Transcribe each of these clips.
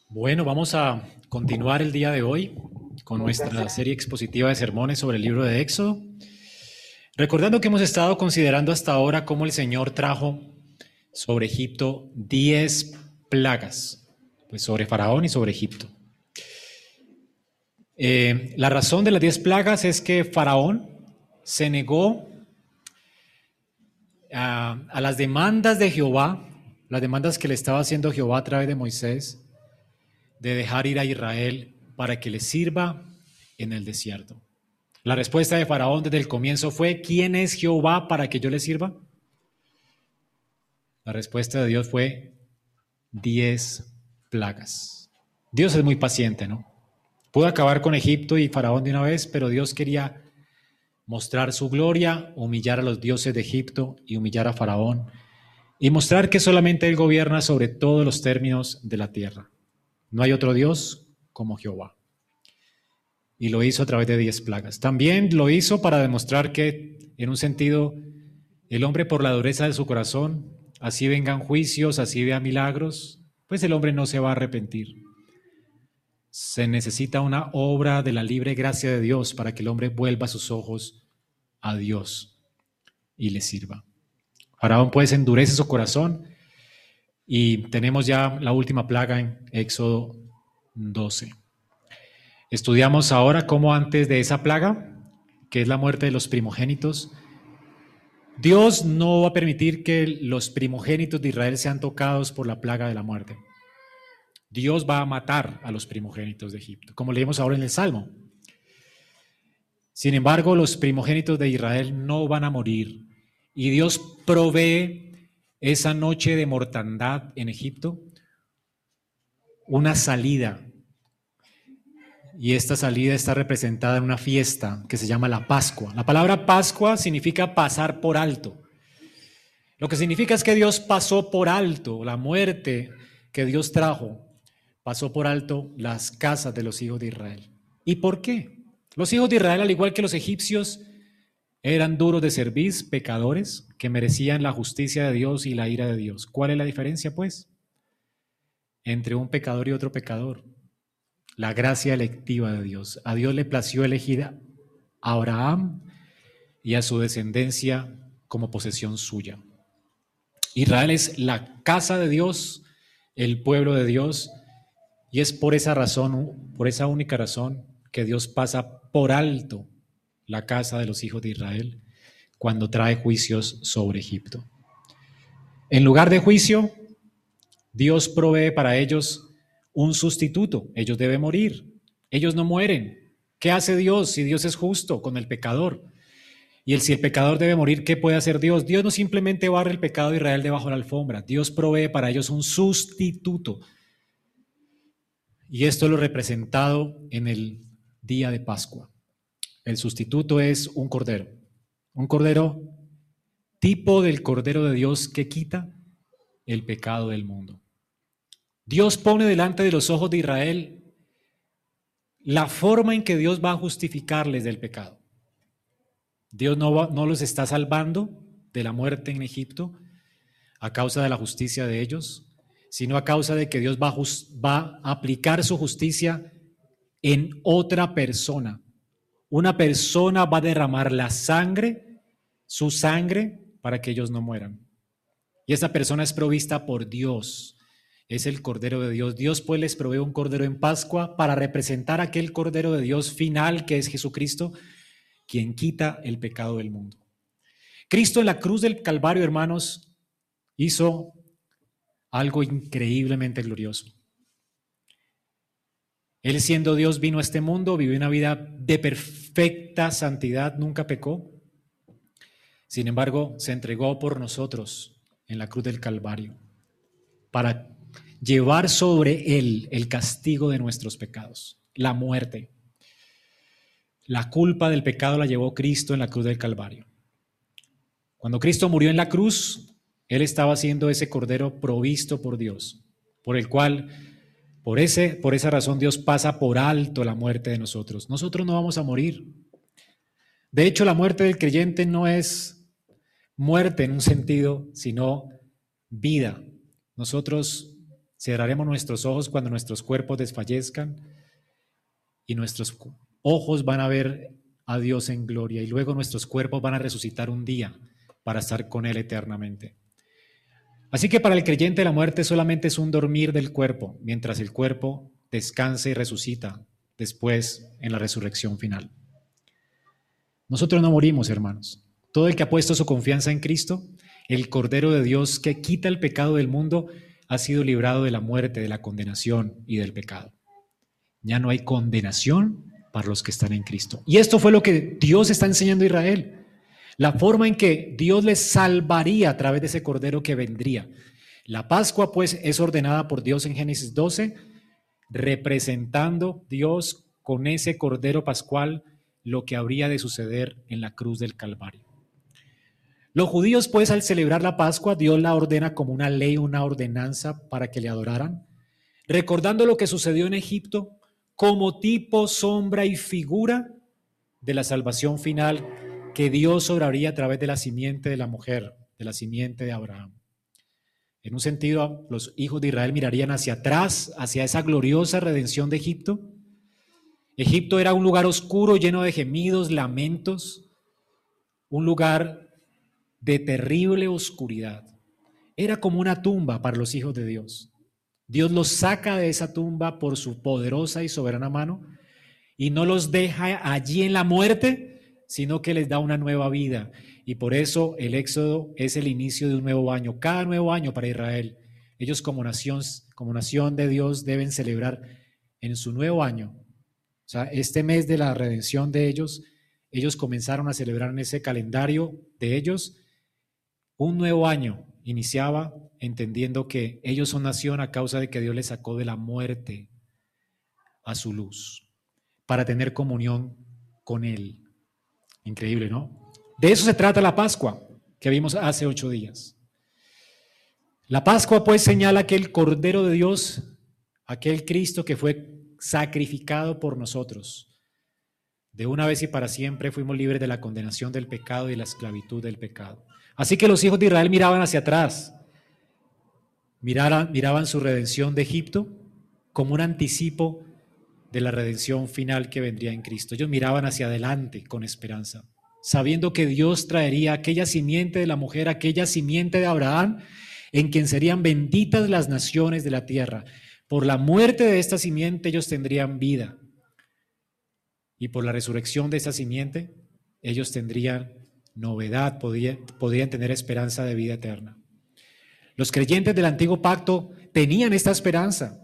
Bueno, vamos a continuar el día de hoy con nuestra serie expositiva de sermones sobre el libro de Éxodo. Recordando que hemos estado considerando hasta ahora cómo el Señor trajo sobre Egipto 10 plagas, pues sobre Faraón y sobre Egipto. La razón de las 10 plagas es que Faraón se negó a las demandas de Jehová, las demandas que le estaba haciendo Jehová a través de Moisés, de dejar ir a Israel para que le sirva en el desierto. La respuesta de Faraón desde el comienzo fue: ¿quién es Jehová para que yo le sirva? La respuesta de Dios fue 10 plagas. Dios es muy paciente, ¿no? Pudo acabar con Egipto y Faraón de una vez, pero Dios quería mostrar su gloria, humillar a los dioses de Egipto y humillar a Faraón y mostrar que solamente Él gobierna sobre todos los términos de la tierra. No hay otro Dios como Jehová. Y lo hizo a través de 10 plagas. También lo hizo para demostrar que, en un sentido, el hombre, por la dureza de su corazón, así vengan juicios, así vea milagros, pues el hombre no se va a arrepentir. Se necesita una obra de la libre gracia de Dios para que el hombre vuelva sus ojos a Dios y le sirva. Faraón pues endurece su corazón y tenemos ya la última plaga en Éxodo 12. Estudiamos ahora cómo antes de esa plaga, que es la muerte de los primogénitos, Dios no va a permitir que los primogénitos de Israel sean tocados por la plaga de la muerte. Dios va a matar a los primogénitos de Egipto, como leemos ahora en el Salmo. Sin embargo, los primogénitos de Israel no van a morir y Dios provee esa noche de mortandad en Egipto una salida. Y esta salida está representada en una fiesta que se llama la Pascua. La palabra Pascua significa pasar por alto. Lo que significa es que Dios pasó por alto la muerte que Dios trajo, pasó por alto las casas de los hijos de Israel. ¿Y por qué? Los hijos de Israel, al igual que los egipcios, eran duros de cerviz, pecadores, que merecían la justicia de Dios y la ira de Dios. ¿Cuál es la diferencia, pues, entre un pecador y otro pecador? La gracia electiva de Dios. A Dios le plació elegir a Abraham y a su descendencia como posesión suya. Israel es la casa de Dios, el pueblo de Dios, y es por esa razón, por esa única razón, que Dios pasa por alto la casa de los hijos de Israel cuando trae juicios sobre Egipto. En lugar de juicio, Dios provee para ellos un sustituto. Ellos deben morir. Ellos no mueren. ¿Qué hace Dios si Dios es justo con el pecador? Y si el pecador debe morir, ¿qué puede hacer Dios? Dios no simplemente barre el pecado de Israel debajo de la alfombra. Dios provee para ellos un sustituto. Y esto es lo representado en el día de Pascua. El sustituto es un cordero tipo del cordero de Dios que quita el pecado del mundo. Dios pone delante de los ojos de Israel la forma en que Dios va a justificarles del pecado. Dios no los está salvando de la muerte en Egipto a causa de la justicia de ellos, sino a causa de que Dios va a aplicar su justicia en otra persona. Una persona va a derramar su sangre, para que ellos no mueran. Y esa persona es provista por Dios. Es el Cordero de Dios. Dios pues les provee un Cordero en Pascua para representar aquel Cordero de Dios final que es Jesucristo, quien quita el pecado del mundo. Cristo en la cruz del Calvario, hermanos, hizo algo increíblemente glorioso. Él, siendo Dios, vino a este mundo, vivió una vida de perfecta santidad, nunca pecó. Sin embargo, se entregó por nosotros en la cruz del Calvario para llevar sobre él el castigo de nuestros pecados, la muerte. La culpa del pecado la llevó Cristo en la cruz del Calvario. Cuando Cristo murió en la cruz, él estaba siendo ese cordero provisto por Dios, por el cual, por esa razón, Dios pasa por alto la muerte de nosotros. Nosotros no vamos a morir. De hecho, la muerte del creyente no es muerte en un sentido, sino vida. Nosotros Cerraremos nuestros ojos cuando nuestros cuerpos desfallezcan y nuestros ojos van a ver a Dios en gloria y luego nuestros cuerpos van a resucitar un día para estar con Él eternamente. Así que para el creyente la muerte solamente es un dormir del cuerpo, mientras el cuerpo descansa y resucita después en la resurrección final. Nosotros no morimos, hermanos. Todo el que ha puesto su confianza en Cristo, el Cordero de Dios que quita el pecado del mundo, ha sido librado de la muerte, de la condenación y del pecado. Ya no hay condenación para los que están en Cristo. Y esto fue lo que Dios está enseñando a Israel. La forma en que Dios les salvaría a través de ese Cordero que vendría. La Pascua, pues, es ordenada por Dios en Génesis 12, representando Dios con ese Cordero Pascual lo que habría de suceder en la cruz del Calvario. Los judíos, pues, al celebrar la Pascua, Dios la ordena como una ley, una ordenanza para que le adoraran, recordando lo que sucedió en Egipto como tipo, sombra y figura de la salvación final que Dios obraría a través de la simiente de la mujer, de la simiente de Abraham. En un sentido, los hijos de Israel mirarían hacia atrás, hacia esa gloriosa redención de Egipto. Egipto era un lugar oscuro, lleno de gemidos, lamentos, un lugar de terrible oscuridad. Era como una tumba para los hijos de Dios. Dios los saca de esa tumba por su poderosa y soberana mano y no los deja allí en la muerte, sino que les da una nueva vida. Y por eso el Éxodo es el inicio de un nuevo año. Cada nuevo año para Israel, ellos como nación de Dios deben celebrar en su nuevo año. O sea, este mes de la redención de ellos comenzaron a celebrar en ese calendario de ellos un nuevo año. Iniciaba entendiendo que ellos son nación a causa de que Dios les sacó de la muerte a su luz para tener comunión con Él. Increíble, ¿no? De eso se trata la Pascua que vimos hace 8 días. La Pascua pues señala que el Cordero de Dios, aquel Cristo que fue sacrificado por nosotros, de una vez y para siempre fuimos libres de la condenación del pecado y la esclavitud del pecado. Así que los hijos de Israel miraban hacia atrás, miraban su redención de Egipto como un anticipo de la redención final que vendría en Cristo. Ellos miraban hacia adelante con esperanza, sabiendo que Dios traería aquella simiente de la mujer, aquella simiente de Abraham, en quien serían benditas las naciones de la tierra. Por la muerte de esta simiente ellos tendrían vida, y por la resurrección de esta simiente ellos tendrían novedad, podrían tener esperanza de vida eterna. Los creyentes del antiguo pacto tenían esta esperanza.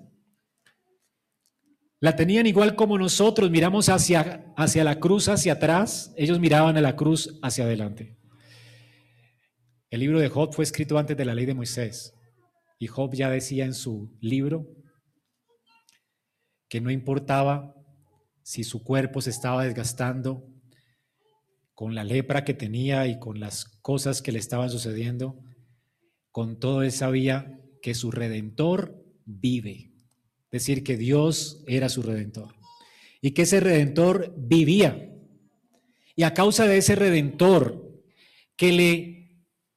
La tenían igual como nosotros, miramos hacia la cruz, hacia atrás, ellos miraban a la cruz hacia adelante. El libro de Job fue escrito antes de la ley de Moisés, y Job ya decía en su libro que no importaba si su cuerpo se estaba desgastando con la lepra que tenía y con las cosas que le estaban sucediendo, con todo él sabía que su Redentor vive. Es decir, que Dios era su Redentor y que ese Redentor vivía. Y a causa de ese Redentor que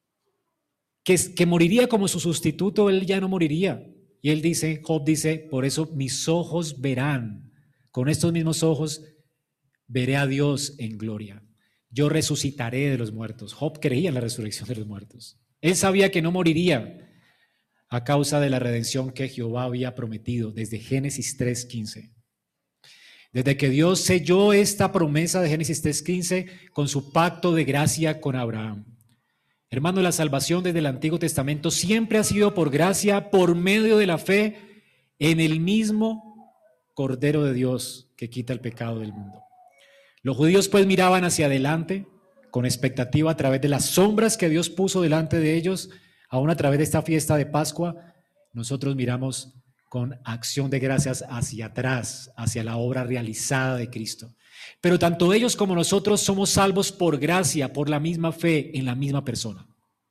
moriría como su sustituto, él ya no moriría. Y él dice, Job dice, por eso mis ojos verán, con estos mismos ojos veré a Dios en gloria. Yo resucitaré de los muertos. Job creía en la resurrección de los muertos. Él sabía que no moriría a causa de la redención que Jehová había prometido desde Génesis 3:15. Desde que Dios selló esta promesa de Génesis 3:15 con su pacto de gracia con Abraham. Hermano, la salvación desde el Antiguo Testamento siempre ha sido por gracia, por medio de la fe en el mismo Cordero de Dios que quita el pecado del mundo. Los judíos pues miraban hacia adelante con expectativa a través de las sombras que Dios puso delante de ellos, aún a través de esta fiesta de Pascua. Nosotros miramos con acción de gracias hacia atrás, hacia la obra realizada de Cristo. Pero tanto ellos como nosotros somos salvos por gracia, por la misma fe en la misma persona.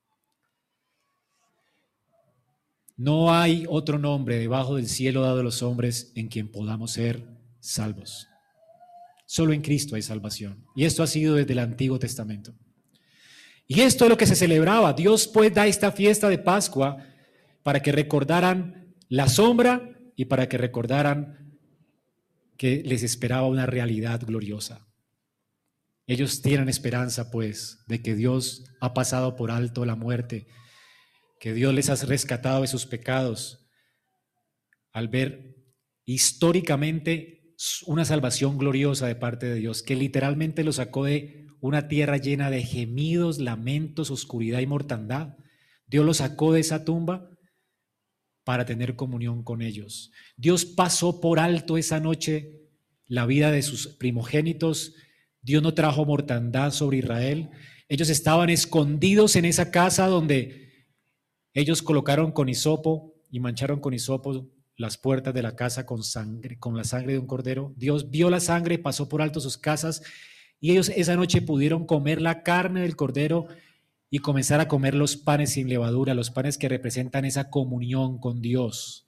No hay otro nombre debajo del cielo dado a los hombres en quien podamos ser salvos. Solo en Cristo hay salvación. Y esto ha sido desde el Antiguo Testamento. Y esto es lo que se celebraba. Dios pues da esta fiesta de Pascua para que recordaran la sombra y para que recordaran que les esperaba una realidad gloriosa. Ellos tienen esperanza, pues, de que Dios ha pasado por alto la muerte, que Dios les ha rescatado de sus pecados, al ver históricamente una salvación gloriosa de parte de Dios, que literalmente los sacó de una tierra llena de gemidos, lamentos, oscuridad y mortandad. Dios los sacó de esa tumba para tener comunión con ellos. Dios pasó por alto esa noche la vida de sus primogénitos. Dios no trajo mortandad sobre Israel. Ellos estaban escondidos en esa casa donde ellos colocaron con hisopo y mancharon con hisopo las puertas de la casa con sangre, con la sangre de un cordero. Dios vio la sangre, pasó por alto sus casas y ellos esa noche pudieron comer la carne del cordero y comenzar a comer los panes sin levadura, los panes que representan esa comunión con Dios.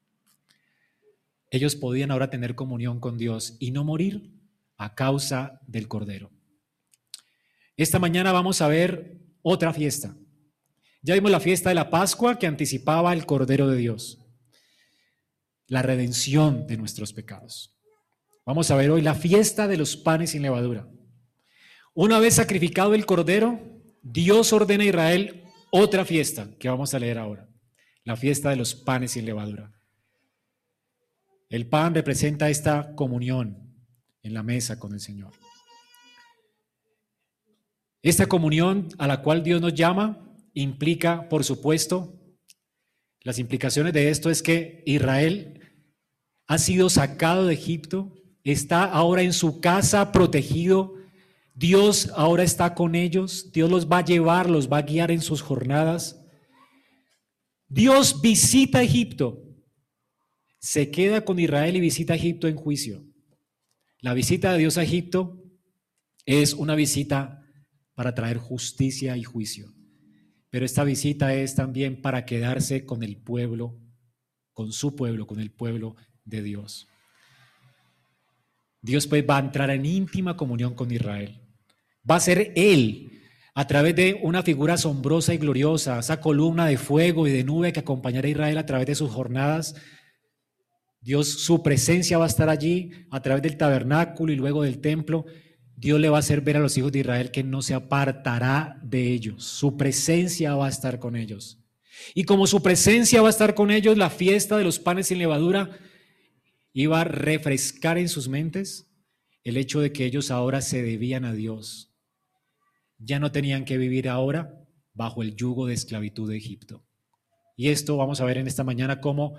Ellos podían ahora tener comunión con Dios y no morir a causa del cordero. Esta mañana vamos a ver otra fiesta. Ya vimos la fiesta de la Pascua que anticipaba el Cordero de Dios, la redención de nuestros pecados. Vamos a ver hoy la fiesta de los panes sin levadura. Una vez sacrificado el Cordero, Dios ordena a Israel otra fiesta que vamos a leer ahora, la fiesta de los panes sin levadura. El pan representa esta comunión en la mesa con el Señor. Esta comunión a la cual Dios nos llama implica, por supuesto, las implicaciones de esto es que Israel ha sido sacado de Egipto, está ahora en su casa protegido, Dios ahora está con ellos, Dios los va a llevar, los va a guiar en sus jornadas. Dios visita Egipto, se queda con Israel y visita Egipto en juicio. La visita de Dios a Egipto es una visita para traer justicia y juicio. Pero esta visita es también para quedarse con el pueblo, con su pueblo, con el pueblo de Dios. Dios pues va a entrar en íntima comunión con Israel. Va a ser Él, a través de una figura asombrosa y gloriosa, esa columna de fuego y de nube que acompañará a Israel a través de sus jornadas. Dios, su presencia va a estar allí a través del tabernáculo y luego del templo. Dios le va a hacer ver a los hijos de Israel que no se apartará de ellos. Su presencia va a estar con ellos. Y como su presencia va a estar con ellos, la fiesta de los panes sin levadura iba a refrescar en sus mentes el hecho de que ellos ahora se debían a Dios. Ya no tenían que vivir ahora bajo el yugo de esclavitud de Egipto. Y esto vamos a ver en esta mañana cómo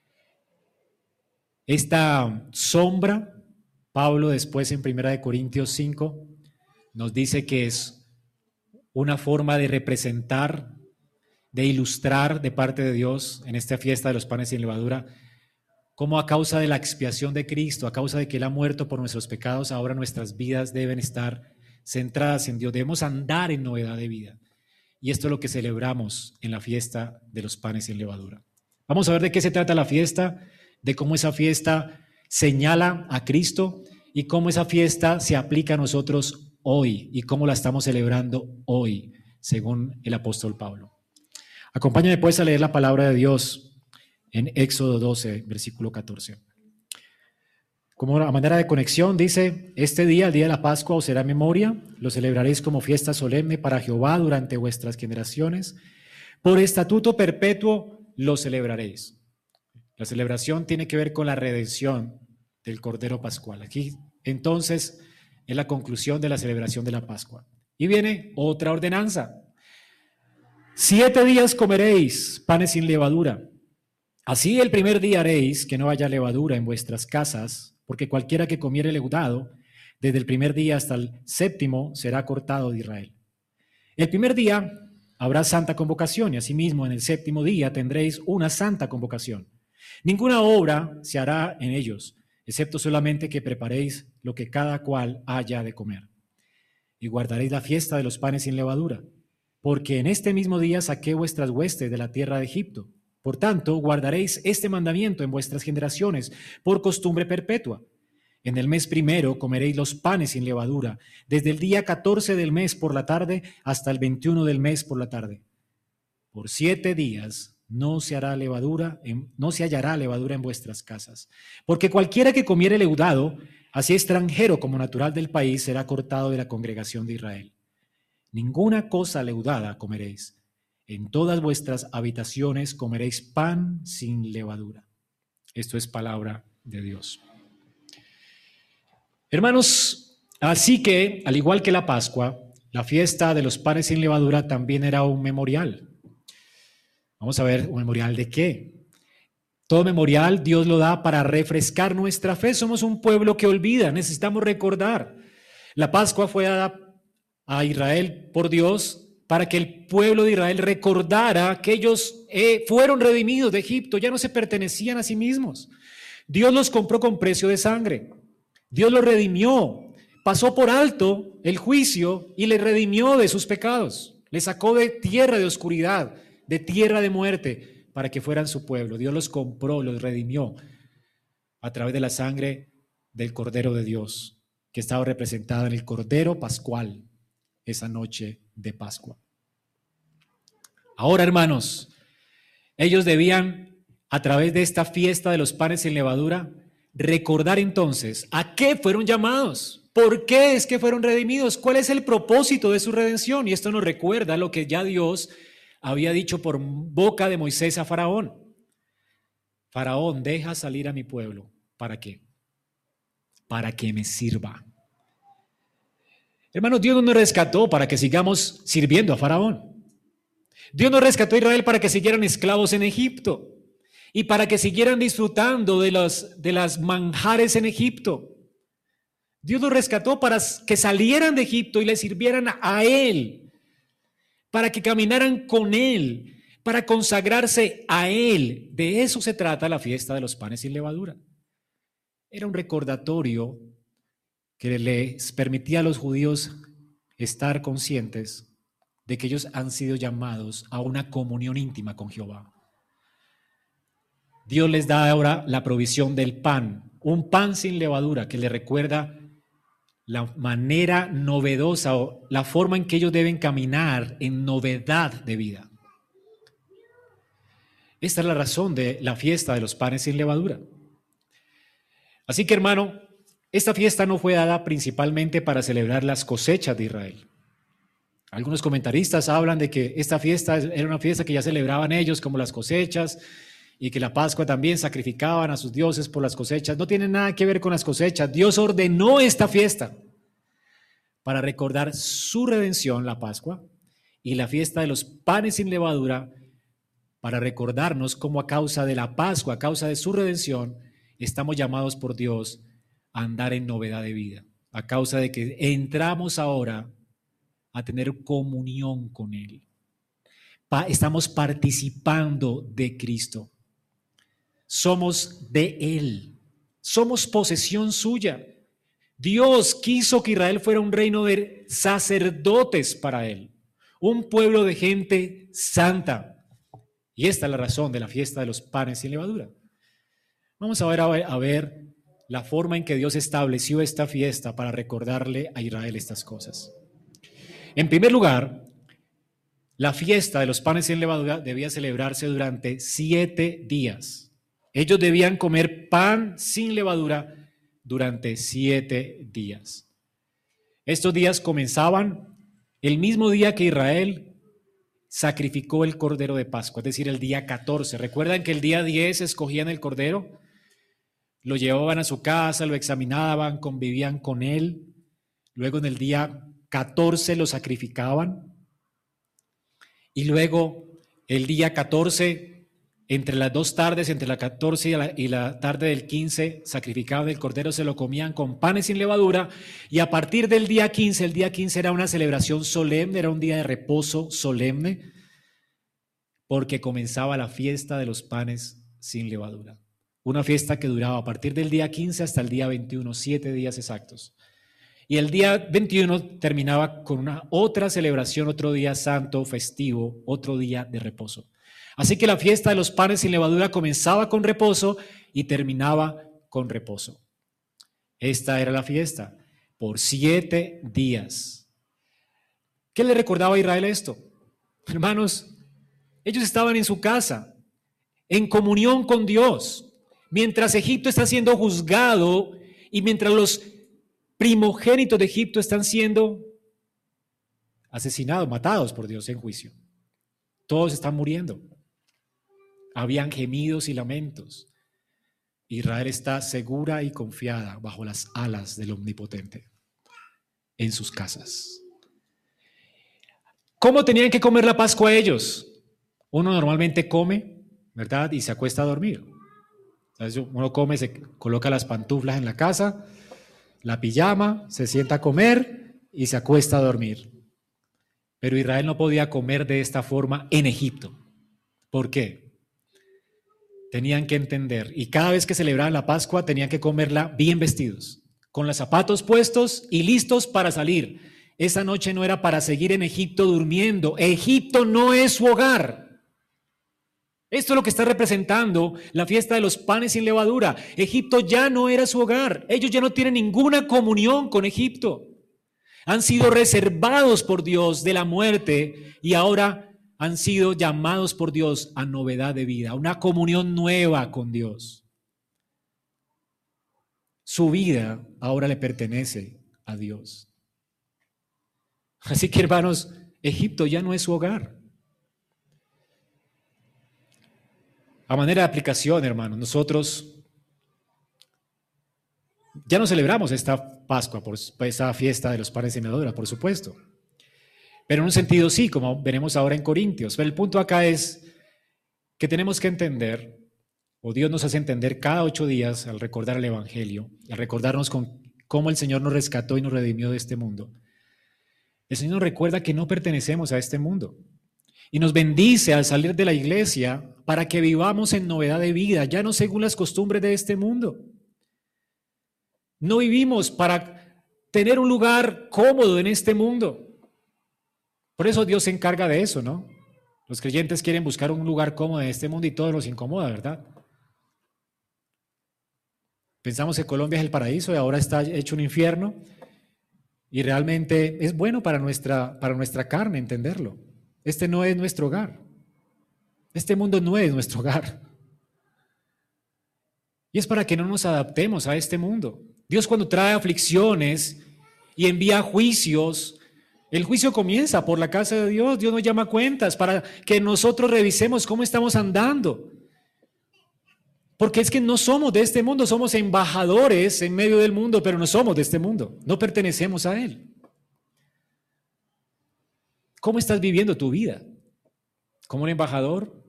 esta sombra, Pablo después en 1 Corintios 5 nos dice que es una forma de representar, de ilustrar de parte de Dios en esta fiesta de los panes sin levadura, cómo a causa de la expiación de Cristo, a causa de que Él ha muerto por nuestros pecados, ahora nuestras vidas deben estar centradas en Dios, debemos andar en novedad de vida. Y esto es lo que celebramos en la fiesta de los panes sin levadura. Vamos a ver de qué se trata la fiesta, de cómo esa fiesta señala a Cristo y cómo esa fiesta se aplica a nosotros hoy y cómo la estamos celebrando hoy, según el apóstol Pablo. Acompáñame pues a leer la palabra de Dios en Éxodo 12, versículo 14. Como a manera de conexión dice, este día, el día de la Pascua, os será memoria, lo celebraréis como fiesta solemne para Jehová durante vuestras generaciones. Por estatuto perpetuo lo celebraréis. La celebración tiene que ver con la redención del Cordero Pascual. Aquí, entonces, es la conclusión de la celebración de la Pascua. Y viene otra ordenanza. 7 días comeréis panes sin levadura. Así el primer día haréis que no haya levadura en vuestras casas, porque cualquiera que comiere leudado, desde el primer día hasta el 7º, será cortado de Israel. El primer día habrá santa convocación, y asimismo en el 7º día tendréis una santa convocación. Ninguna obra se hará en ellos, excepto solamente que preparéis lo que cada cual haya de comer. Y guardaréis la fiesta de los panes sin levadura, porque en este mismo día saqué vuestras huestes de la tierra de Egipto. Por tanto, guardaréis este mandamiento en vuestras generaciones por costumbre perpetua. En el mes primero comeréis los panes sin levadura, desde el día 14 del mes por la tarde hasta el 21 del mes por la tarde. Por 7 días no se hallará levadura en vuestras casas. Porque cualquiera que comiere leudado, así extranjero como natural del país, será cortado de la congregación de Israel. Ninguna cosa leudada comeréis. En todas vuestras habitaciones comeréis pan sin levadura. Esto es palabra de Dios. Hermanos, así que, al igual que la Pascua, la fiesta de los panes sin levadura también era un memorial. Vamos a ver, ¿un memorial de qué? Todo memorial Dios lo da para refrescar nuestra fe. Somos un pueblo que olvida, necesitamos recordar. La Pascua fue dada a Israel por Dios para que el pueblo de Israel recordara que ellos fueron redimidos de Egipto, ya no se pertenecían a sí mismos. Dios los compró con precio de sangre. Dios los redimió, pasó por alto el juicio y les redimió de sus pecados. Les sacó de tierra de oscuridad, de tierra de muerte, para que fueran su pueblo. Dios los compró, los redimió a través de la sangre del Cordero de Dios, que estaba representada en el Cordero Pascual, esa noche de Pascua. Ahora, hermanos, ellos debían, a través de esta fiesta de los panes sin levadura, recordar entonces a qué fueron llamados, por qué es que fueron redimidos, cuál es el propósito de su redención. Y esto nos recuerda lo que ya Dios había dicho por boca de Moisés a Faraón. Faraón, deja salir a mi pueblo. ¿Para qué? Para que me sirva. Hermanos, Dios no nos rescató para que sigamos sirviendo a Faraón. Dios nos rescató a Israel para que siguieran esclavos en Egipto y para que siguieran disfrutando de las manjares en Egipto. Dios nos rescató para que salieran de Egipto y le sirvieran a Él, para que caminaran con Él, para consagrarse a Él. De eso se trata la fiesta de los panes sin levadura. Era un recordatorio que les permitía a los judíos estar conscientes de que ellos han sido llamados a una comunión íntima con Jehová. Dios les da ahora la provisión del pan, un pan sin levadura que les recuerda la manera novedosa o la forma en que ellos deben caminar en novedad de vida. Esta es la razón de la fiesta de los panes sin levadura. Así que, hermano, esta fiesta no fue dada principalmente para celebrar las cosechas de Israel. Algunos comentaristas hablan de que esta fiesta era una fiesta que ya celebraban ellos como las cosechas y que la Pascua también sacrificaban a sus dioses por las cosechas. No tiene nada que ver con las cosechas. Dios ordenó esta fiesta para recordar su redención, la Pascua, y la fiesta de los panes sin levadura para recordarnos cómo a causa de la Pascua, a causa de su redención, estamos llamados por Dios a andar en novedad de vida, a causa de que entramos ahora a tener comunión con Él. Estamos participando de Cristo. Somos de Él. Somos posesión suya. Dios quiso que Israel fuera un reino de sacerdotes para Él, un pueblo de gente santa. Y esta es la razón de la fiesta de los panes sin levadura. Vamos a ver la forma en que Dios estableció esta fiesta para recordarle a Israel estas cosas. En primer lugar, la fiesta de los panes sin levadura debía celebrarse durante 7 días. Ellos debían comer pan sin levadura durante 7 días. Estos días comenzaban el mismo día que Israel sacrificó el cordero de Pascua, es decir, el día 14. ¿Recuerdan que el día 10 escogían el cordero? Lo llevaban a su casa, lo examinaban, convivían con él. Luego en el día 14 lo sacrificaban. Y luego el día 14, entre las 2 tardes, entre la 14 y la tarde del 15, sacrificaban el cordero, se lo comían con panes sin levadura. Y a partir del día 15, el día 15 era una celebración solemne, era un día de reposo solemne, porque comenzaba la fiesta de los panes sin levadura. Una fiesta que duraba a partir del día 15 hasta el día 21, 7 días exactos. Y el día 21 terminaba con una otra celebración, otro día santo, festivo, otro día de reposo. Así que la fiesta de los panes sin levadura comenzaba con reposo y terminaba con reposo. Esta era la fiesta por 7 días. ¿Qué le recordaba a Israel esto? Hermanos, ellos estaban en su casa, en comunión con Dios, mientras Egipto está siendo juzgado y mientras los primogénitos de Egipto están siendo asesinados, matados por Dios en juicio. Todos están muriendo. Habían gemidos y lamentos. Israel está segura y confiada bajo las alas del Omnipotente, en sus casas. ¿Cómo tenían que comer la Pascua ellos? Uno normalmente come, ¿verdad? Y se acuesta a dormir. Entonces uno come, se coloca las pantuflas en la casa, la pijama, se sienta a comer y se acuesta a dormir. Pero Israel no podía comer de esta forma en Egipto. ¿Por qué? Tenían que entender, y cada vez que celebraban la Pascua tenían que comerla bien vestidos, con los zapatos puestos y listos para salir. Esa noche no era para seguir en Egipto durmiendo. Egipto no es su hogar. Esto es lo que está representando la fiesta de los panes sin levadura. Egipto ya no era su hogar. Ellos ya no tienen ninguna comunión con Egipto. Han sido reservados por Dios de la muerte y ahora han sido llamados por Dios a novedad de vida, a una comunión nueva con Dios. Su vida ahora le pertenece a Dios. Así que, hermanos, Egipto ya no es su hogar. A manera de aplicación, hermanos, nosotros ya no celebramos esta Pascua, esta fiesta de los panes sin levadura, por supuesto. Pero en un sentido sí, como veremos ahora en Corintios. Pero el punto acá es que tenemos que entender, o Dios nos hace entender cada 8 días al recordar el Evangelio, al recordarnos con cómo el Señor nos rescató y nos redimió de este mundo. El Señor nos recuerda que no pertenecemos a este mundo y nos bendice al salir de la iglesia para que vivamos en novedad de vida, ya no según las costumbres de este mundo. No vivimos para tener un lugar cómodo en este mundo. Por eso Dios se encarga de eso, ¿no? Los creyentes quieren buscar un lugar cómodo en este mundo y todo los incomoda, ¿verdad? Pensamos que Colombia es el paraíso y ahora está hecho un infierno y realmente es bueno para nuestra carne entenderlo. Este no es nuestro hogar. Este mundo no es nuestro hogar. Y es para que no nos adaptemos a este mundo. Dios cuando trae aflicciones y envía juicios, el juicio comienza por la casa de Dios. Dios nos llama a cuentas para que nosotros revisemos cómo estamos andando. Porque es que no somos de este mundo, somos embajadores en medio del mundo, pero no somos de este mundo, no pertenecemos a él. ¿Cómo estás viviendo tu vida? ¿Como un embajador?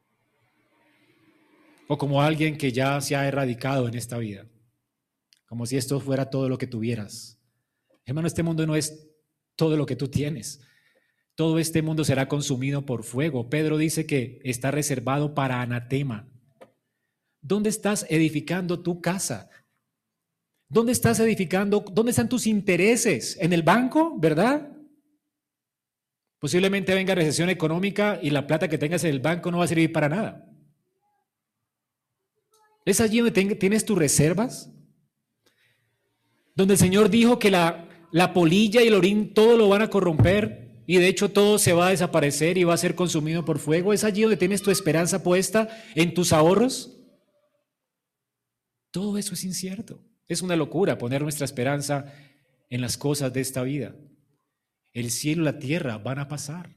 ¿O como alguien que ya se ha erradicado en esta vida? Como si esto fuera todo lo que tuvieras. Hermano, este mundo no es todo lo que tú tienes. Todo este mundo será consumido por fuego. Pedro dice que está reservado para anatema. ¿Dónde estás edificando tu casa? ¿Dónde estás edificando? ¿Dónde están tus intereses? ¿En el banco, verdad? Posiblemente venga recesión económica y la plata que tengas en el banco no va a servir para nada. ¿Es allí donde tienes tus reservas? Donde el Señor dijo que la polilla y el orín todo lo van a corromper y de hecho todo se va a desaparecer y va a ser consumido por fuego. ¿Es allí donde tienes tu esperanza puesta en tus ahorros? Todo eso es incierto. Es una locura poner nuestra esperanza en las cosas de esta vida. El cielo y la tierra van a pasar.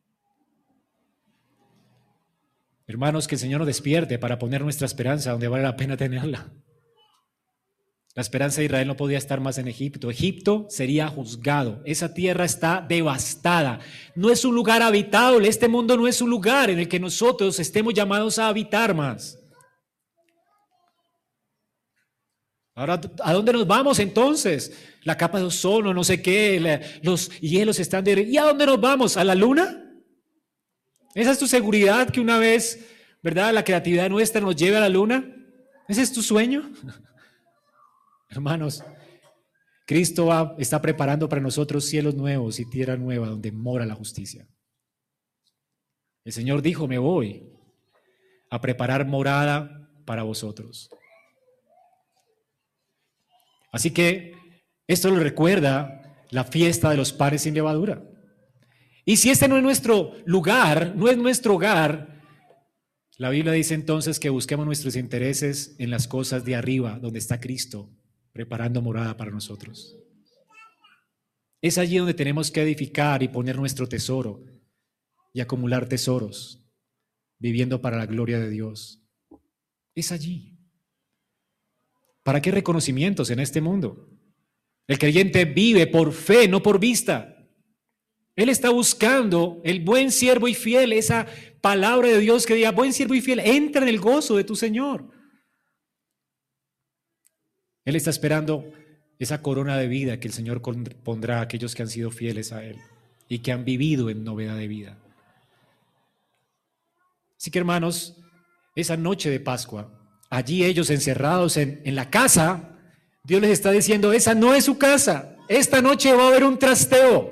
Hermanos, que el Señor nos despierte para poner nuestra esperanza donde vale la pena tenerla. La esperanza de Israel no podía estar más en Egipto. Egipto sería juzgado. Esa tierra está devastada. No es un lugar habitable. Este mundo no es un lugar en el que nosotros estemos llamados a habitar más. Ahora, ¿a dónde nos vamos entonces? La capa de ozono, no sé qué, los hielos están ¿Y a dónde nos vamos? ¿A la luna? ¿Esa es tu seguridad que una vez, verdad, la creatividad nuestra nos lleve a la luna? ¿Ese es tu sueño? Hermanos, Cristo está preparando para nosotros cielos nuevos y tierra nueva donde mora la justicia. El Señor dijo, me voy a preparar morada para vosotros. Así que esto lo recuerda la fiesta de los panes sin levadura. Y si este no es nuestro lugar, no es nuestro hogar, La Biblia dice entonces que busquemos nuestros intereses en las cosas de arriba, donde está Cristo, preparando morada para nosotros. Es allí donde tenemos que edificar y poner nuestro tesoro y acumular tesoros, viviendo para la gloria de Dios. Es allí. ¿Para qué reconocimientos en este mundo? El creyente vive por fe, no por vista. Él está buscando el buen siervo y fiel, esa palabra de Dios que diga, buen siervo y fiel, entra en el gozo de tu Señor. Él está esperando esa corona de vida que el Señor pondrá a aquellos que han sido fieles a Él y que han vivido en novedad de vida. Así que, hermanos, esa noche de Pascua, allí ellos encerrados en la casa, Dios les está diciendo, esa no es su casa, esta noche va a haber un trasteo.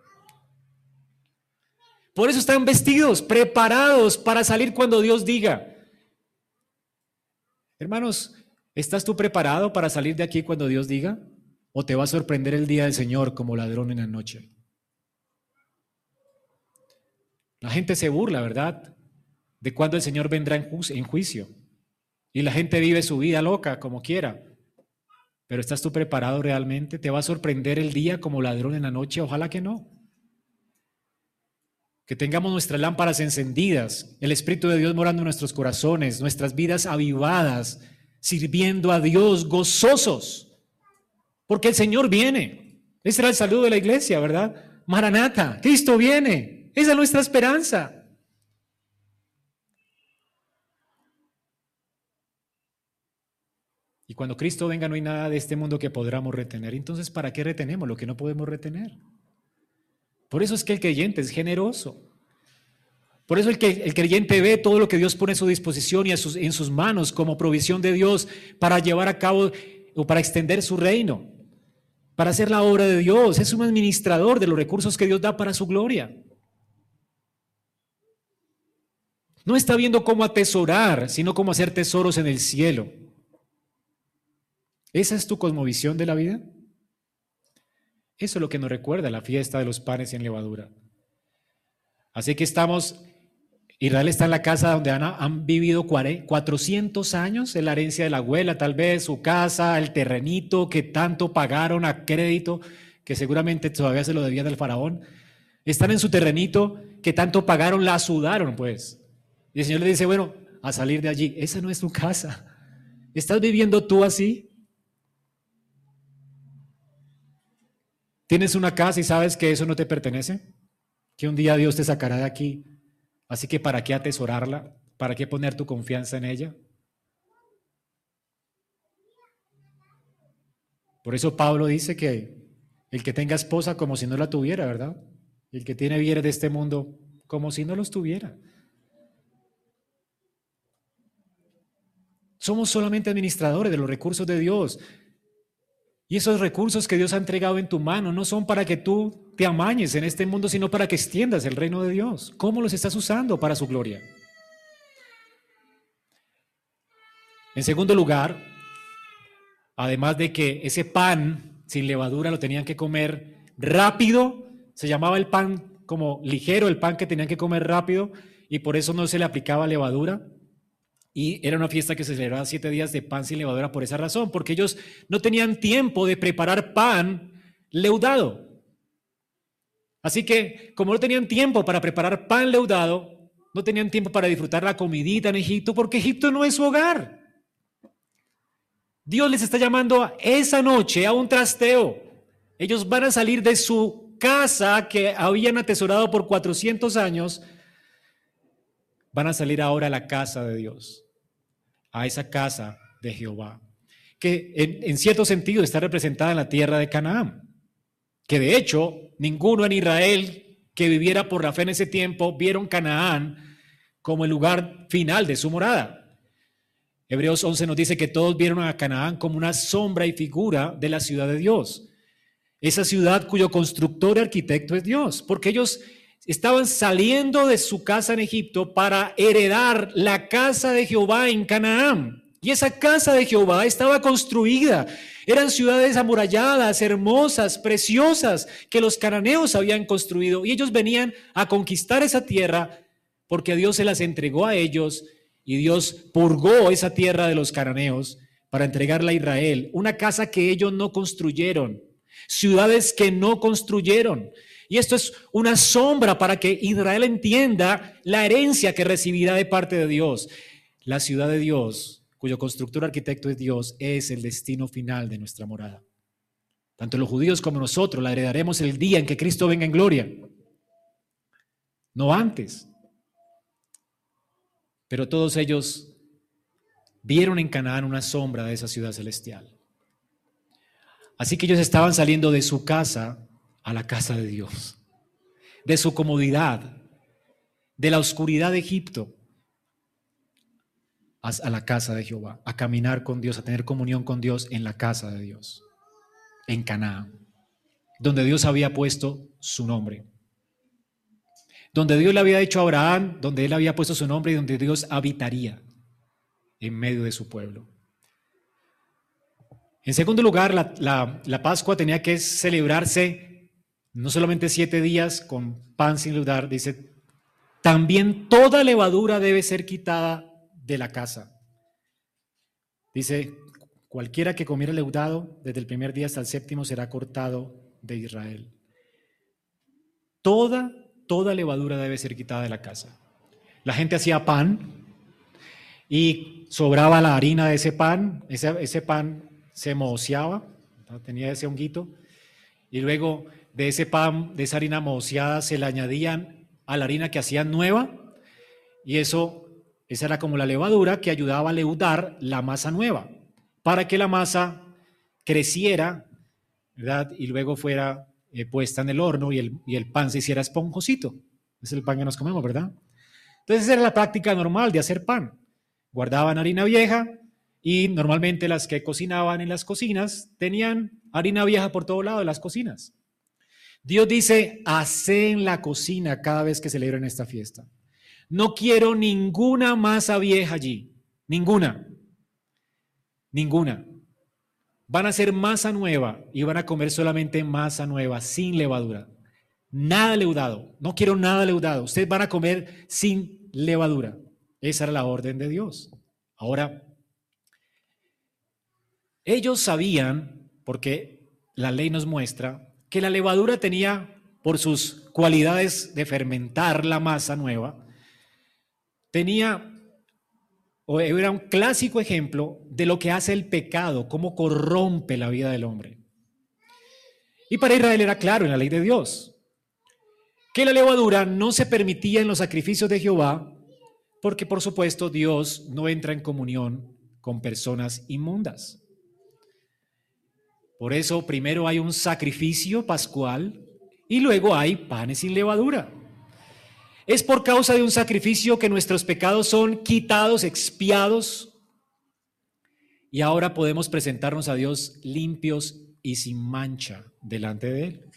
Por eso están vestidos, preparados para salir cuando Dios diga. Hermanos, ¿estás tú preparado para salir de aquí cuando Dios diga? ¿O te va a sorprender el día del Señor como ladrón en la noche? La gente se burla, ¿verdad?, de cuando el Señor vendrá en juicio. Y la gente vive su vida loca como quiera. Pero ¿estás tú preparado realmente? ¿Te va a sorprender el día como ladrón en la noche? Ojalá que no. Que tengamos nuestras lámparas encendidas, el Espíritu de Dios morando en nuestros corazones, nuestras vidas avivadas, sirviendo a Dios gozosos, porque el Señor viene. Ese era el saludo de la iglesia, ¿verdad? Maranata, Cristo viene. Esa es nuestra esperanza. Y cuando Cristo venga no hay nada de este mundo que podamos retener. Entonces, ¿para qué retenemos lo que no podemos retener? Por eso es que el creyente es generoso. Por eso el creyente ve todo lo que Dios pone a su disposición y en sus manos como provisión de Dios para llevar a cabo o para extender su reino, para hacer la obra de Dios. Es un administrador de los recursos que Dios da para su gloria. No está viendo cómo atesorar, sino cómo hacer tesoros en el cielo. ¿Esa es tu cosmovisión de la vida? Eso es lo que nos recuerda la fiesta de los panes sin levadura. Así que Israel está en la casa donde han vivido 400 años, en la herencia de la abuela, tal vez, su casa, el terrenito que tanto pagaron a crédito, que seguramente todavía se lo debían al faraón. Están en su terrenito que tanto pagaron, la sudaron, pues. Y el Señor le dice, bueno, a salir de allí. Esa no es tu casa. ¿Estás viviendo tú así? ¿Tienes una casa y sabes que eso no te pertenece? Que un día Dios te sacará de aquí. Así que ¿para qué atesorarla? ¿Para qué poner tu confianza en ella? Por eso Pablo dice que el que tenga esposa como si no la tuviera, ¿verdad? Y el que tiene bienes de este mundo como si no los tuviera. Somos solamente administradores de los recursos de Dios. Y esos recursos que Dios ha entregado en tu mano no son para que tú te amañes en este mundo, sino para que extiendas el reino de Dios. ¿Cómo los estás usando para su gloria? En segundo lugar, además de que ese pan sin levadura lo tenían que comer rápido, se llamaba el pan como ligero, el pan que tenían que comer rápido, y por eso no se le aplicaba levadura. Y era una fiesta que se celebraba 7 días de pan sin levadura por esa razón, porque ellos no tenían tiempo de preparar pan leudado. Así que, como no tenían tiempo para preparar pan leudado, no tenían tiempo para disfrutar la comidita en Egipto, porque Egipto no es su hogar. Dios les está llamando esa noche a un trasteo. Ellos van a salir de su casa que habían atesorado por 400 años, van a salir ahora a la casa de Dios, a esa casa de Jehová, que en cierto sentido está representada en la tierra de Canaán, que de hecho ninguno en Israel que viviera por la fe en ese tiempo vieron Canaán como el lugar final de su morada. Hebreos 11 nos dice que todos vieron a Canaán como una sombra y figura de la ciudad de Dios, esa ciudad cuyo constructor y arquitecto es Dios, porque ellos estaban saliendo de su casa en Egipto para heredar la casa de Jehová en Canaán. Y esa casa de Jehová estaba construida. Eran ciudades amuralladas, hermosas, preciosas, que los cananeos habían construido. Y ellos venían a conquistar esa tierra porque Dios se las entregó a ellos y Dios purgó esa tierra de los cananeos para entregarla a Israel, una casa que ellos no construyeron, ciudades que no construyeron. Y esto es una sombra para que Israel entienda la herencia que recibirá de parte de Dios. La ciudad de Dios, cuyo constructor arquitecto es Dios, es el destino final de nuestra morada. Tanto los judíos como nosotros la heredaremos el día en que Cristo venga en gloria, no antes. Pero todos ellos vieron en Canaán una sombra de esa ciudad celestial. Así que ellos estaban saliendo de su casa a la casa de Dios, de su comodidad, de la oscuridad de Egipto, a la casa de Jehová, a caminar con Dios, a tener comunión con Dios en la casa de Dios, en Canaán, donde Dios había puesto su nombre, donde Dios le había dicho a Abraham, donde él había puesto su nombre y donde Dios habitaría en medio de su pueblo. En segundo lugar, la Pascua tenía que celebrarse no solamente 7 días con pan sin leudar, dice, también toda levadura debe ser quitada de la casa. Dice, cualquiera que comiera leudado desde el primer día hasta el 7º será cortado de Israel. Toda levadura debe ser quitada de la casa. La gente hacía pan y sobraba la harina de ese pan, ese pan se mocioseaba, ¿no? Tenía ese honguito, y luego de ese pan, de esa harina mocioseada, se le añadían a la harina que hacían nueva, y esa era como la levadura que ayudaba a leudar la masa nueva, para que la masa creciera, ¿verdad? Y luego fuera puesta en el horno y el pan se hiciera esponjosito. Es el pan que nos comemos, ¿verdad? Entonces esa era la práctica normal de hacer pan. Guardaban harina vieja y normalmente las que cocinaban en las cocinas tenían harina vieja por todo lado de las cocinas. Dios dice, hacé en la cocina cada vez que celebren esta fiesta. No quiero ninguna masa vieja allí, ninguna. Van a hacer masa nueva y van a comer solamente masa nueva, sin levadura. Nada leudado, no quiero nada leudado. Ustedes van a comer sin levadura. Esa era la orden de Dios. Ahora, ellos sabían, porque la ley nos muestra, que la levadura tenía, por sus cualidades de fermentar la masa nueva, era un clásico ejemplo de lo que hace el pecado, cómo corrompe la vida del hombre. Y para Israel era claro en la ley de Dios que la levadura no se permitía en los sacrificios de Jehová, porque por supuesto Dios no entra en comunión con personas inmundas. Por eso primero hay un sacrificio pascual y luego hay panes sin levadura. Es por causa de un sacrificio que nuestros pecados son quitados, expiados, y ahora podemos presentarnos a Dios limpios y sin mancha delante de Él.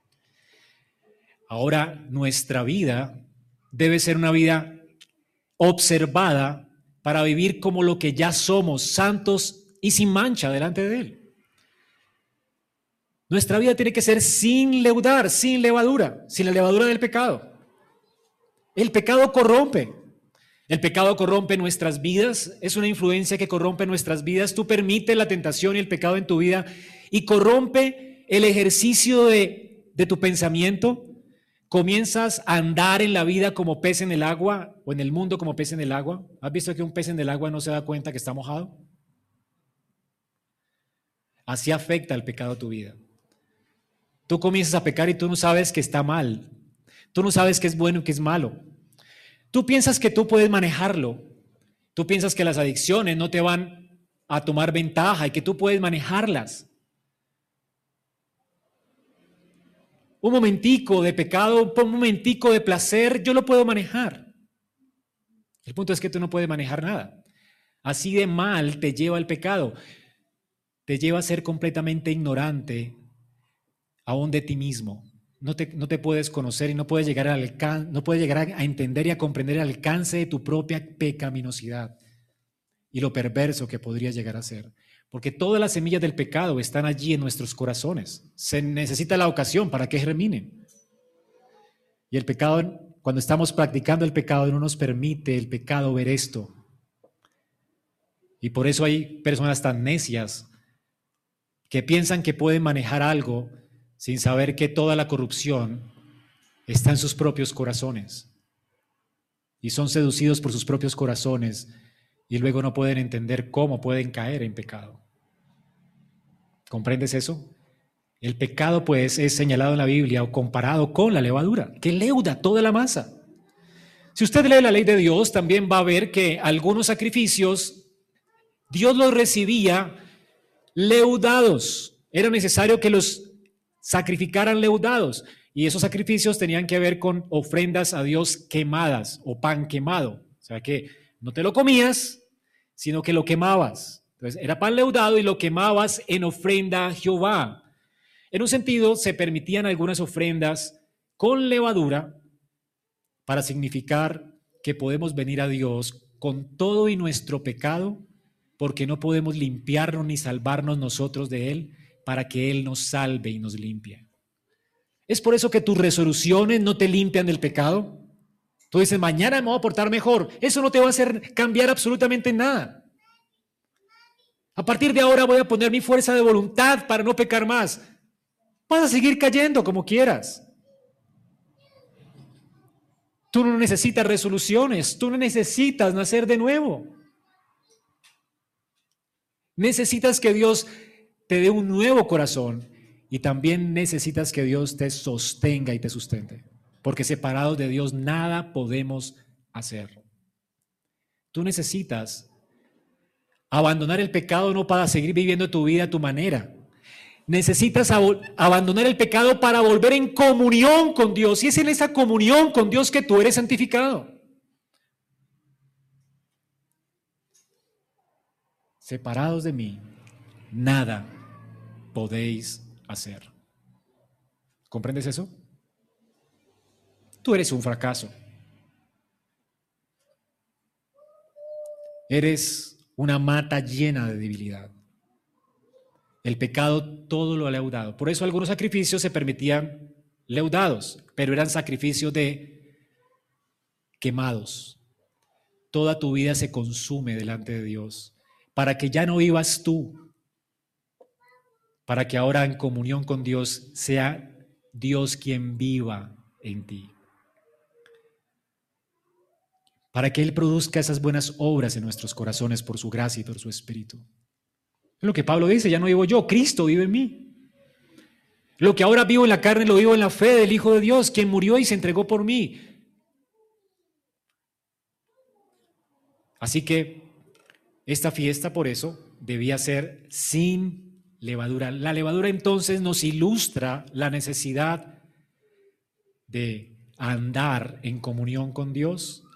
Ahora nuestra vida debe ser una vida observada para vivir como lo que ya somos, santos y sin mancha delante de Él. Nuestra vida tiene que ser sin leudar, sin levadura, sin la levadura del pecado. El pecado corrompe. El pecado corrompe nuestras vidas, es una influencia que corrompe nuestras vidas. Tú permites la tentación y el pecado en tu vida y corrompe el ejercicio de tu pensamiento. Comienzas a andar en la vida como pez en el agua o en el mundo como pez en el agua. ¿Has visto que un pez en el agua no se da cuenta que está mojado? Así afecta el pecado a tu vida. Tú comienzas a pecar y tú no sabes que está mal. Tú no sabes qué es bueno y qué es malo. Tú piensas que tú puedes manejarlo. Tú piensas que las adicciones no te van a tomar ventaja y que tú puedes manejarlas. Un momentico de pecado, un momentico de placer, yo lo puedo manejar. El punto es que tú no puedes manejar nada. Así de mal te lleva el pecado. Te lleva a ser completamente ignorante aún de ti mismo. No te puedes conocer y no puedes llegar a entender y a comprender el alcance de tu propia pecaminosidad y lo perverso que podría llegar a ser. Porque todas las semillas del pecado están allí en nuestros corazones. Se necesita la ocasión para que germinen. Y el pecado, cuando estamos practicando el pecado, no nos permite el pecado ver esto. Y por eso hay personas tan necias que piensan que pueden manejar algo sin saber que toda la corrupción está en sus propios corazones. Y son seducidos por sus propios corazones y luego no pueden entender cómo pueden caer en pecado. ¿Comprendes eso? El pecado, pues, es señalado en la Biblia o comparado con la levadura, que leuda toda la masa. Si usted lee la ley de Dios, también va a ver que algunos sacrificios Dios los recibía leudados. Era necesario que los sacrificaran leudados. Y esos sacrificios tenían que ver con ofrendas a Dios quemadas o pan quemado. O sea que no te lo comías, sino que lo quemabas. Entonces era pan leudado y lo quemabas en ofrenda a Jehová. En un sentido, se permitían algunas ofrendas con levadura para significar que podemos venir a Dios con todo y nuestro pecado, porque no podemos limpiarnos ni salvarnos nosotros de Él, para que Él nos salve y nos limpie. Es por eso que tus resoluciones no te limpian del pecado. Tú dices, mañana me voy a portar mejor. Eso no te va a hacer cambiar absolutamente nada. A partir de ahora voy a poner mi fuerza de voluntad para no pecar más. Vas a seguir cayendo como quieras. Tú no necesitas resoluciones, tú no necesitas nacer de nuevo. Necesitas que Dios te dé un nuevo corazón y también necesitas que Dios te sostenga y te sustente, porque separados de Dios nada podemos hacer. Tú necesitas abandonar el pecado no para seguir viviendo tu vida a tu manera. Necesitas abandonar el pecado para volver en comunión con Dios. Y es en esa comunión con Dios que tú eres santificado. Separados de mí, nada podéis hacer. ¿Comprendes eso? Tú eres un fracaso. Eres una mata llena de debilidad. El pecado todo lo ha leudado. Por eso algunos sacrificios se permitían leudados, pero eran sacrificios de quemados. Toda tu vida se consume delante de Dios, para que ya no vivas tú, para que ahora en comunión con Dios sea Dios quien viva en ti. Para que Él produzca esas buenas obras en nuestros corazones por su gracia y por su Espíritu. Es lo que Pablo dice, ya no vivo yo, Cristo vive en mí. Lo que ahora vivo en la carne lo vivo en la fe del Hijo de Dios, quien murió y se entregó por mí. Así que esta fiesta, por eso, debía ser sin levadura. La levadura entonces nos ilustra la necesidad de andar en comunión con Dios,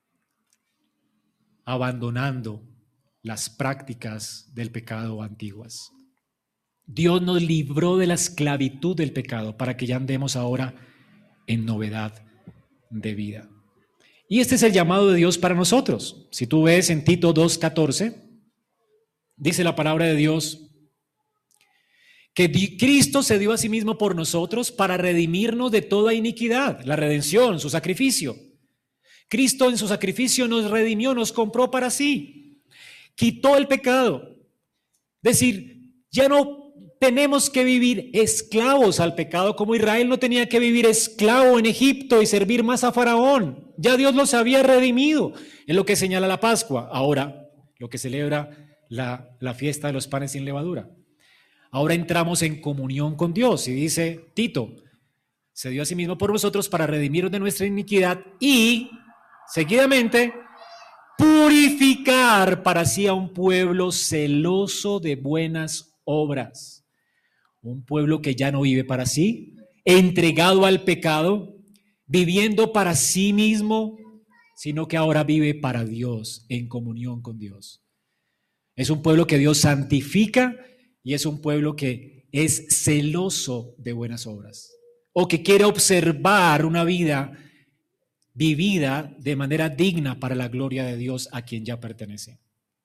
abandonando las prácticas del pecado antiguas. Dios nos libró de la esclavitud del pecado para que ya andemos ahora en novedad de vida. Y este es el llamado de Dios para nosotros. Si tú ves en Tito 2:14, dice la palabra de Dios que Cristo se dio a sí mismo por nosotros para redimirnos de toda iniquidad, la redención, su sacrificio. Cristo en su sacrificio nos redimió, nos compró para sí, quitó el pecado. Es decir, ya no tenemos que vivir esclavos al pecado como Israel no tenía que vivir esclavo en Egipto y servir más a Faraón. Ya Dios los había redimido, en lo que señala la Pascua. Ahora, lo que celebra la fiesta de los panes sin levadura. Ahora entramos en comunión con Dios y dice Tito, se dio a sí mismo por nosotros para redimirnos de nuestra iniquidad y, seguidamente, purificar para sí a un pueblo celoso de buenas obras. Un pueblo que ya no vive para sí, entregado al pecado, viviendo para sí mismo, sino que ahora vive para Dios, en comunión con Dios. Es un pueblo que Dios santifica y es un pueblo que es celoso de buenas obras, o que quiere observar una vida vivida de manera digna para la gloria de Dios a quien ya pertenece.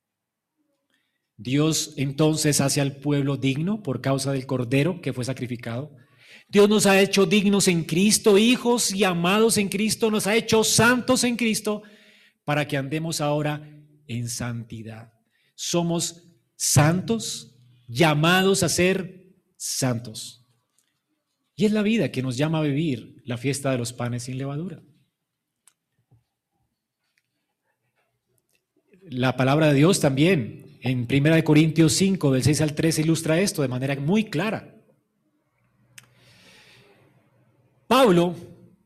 Dios entonces hace al pueblo digno por causa del Cordero que fue sacrificado. Dios nos ha hecho dignos en Cristo, hijos y amados en Cristo, nos ha hecho santos en Cristo para que andemos ahora en santidad. somos santos, llamados a ser santos. Y es la vida que nos llama a vivir la fiesta de los panes sin levadura. La palabra de Dios también en 1 Corintios 5, del 6 al 13, ilustra esto de manera muy clara. Pablo,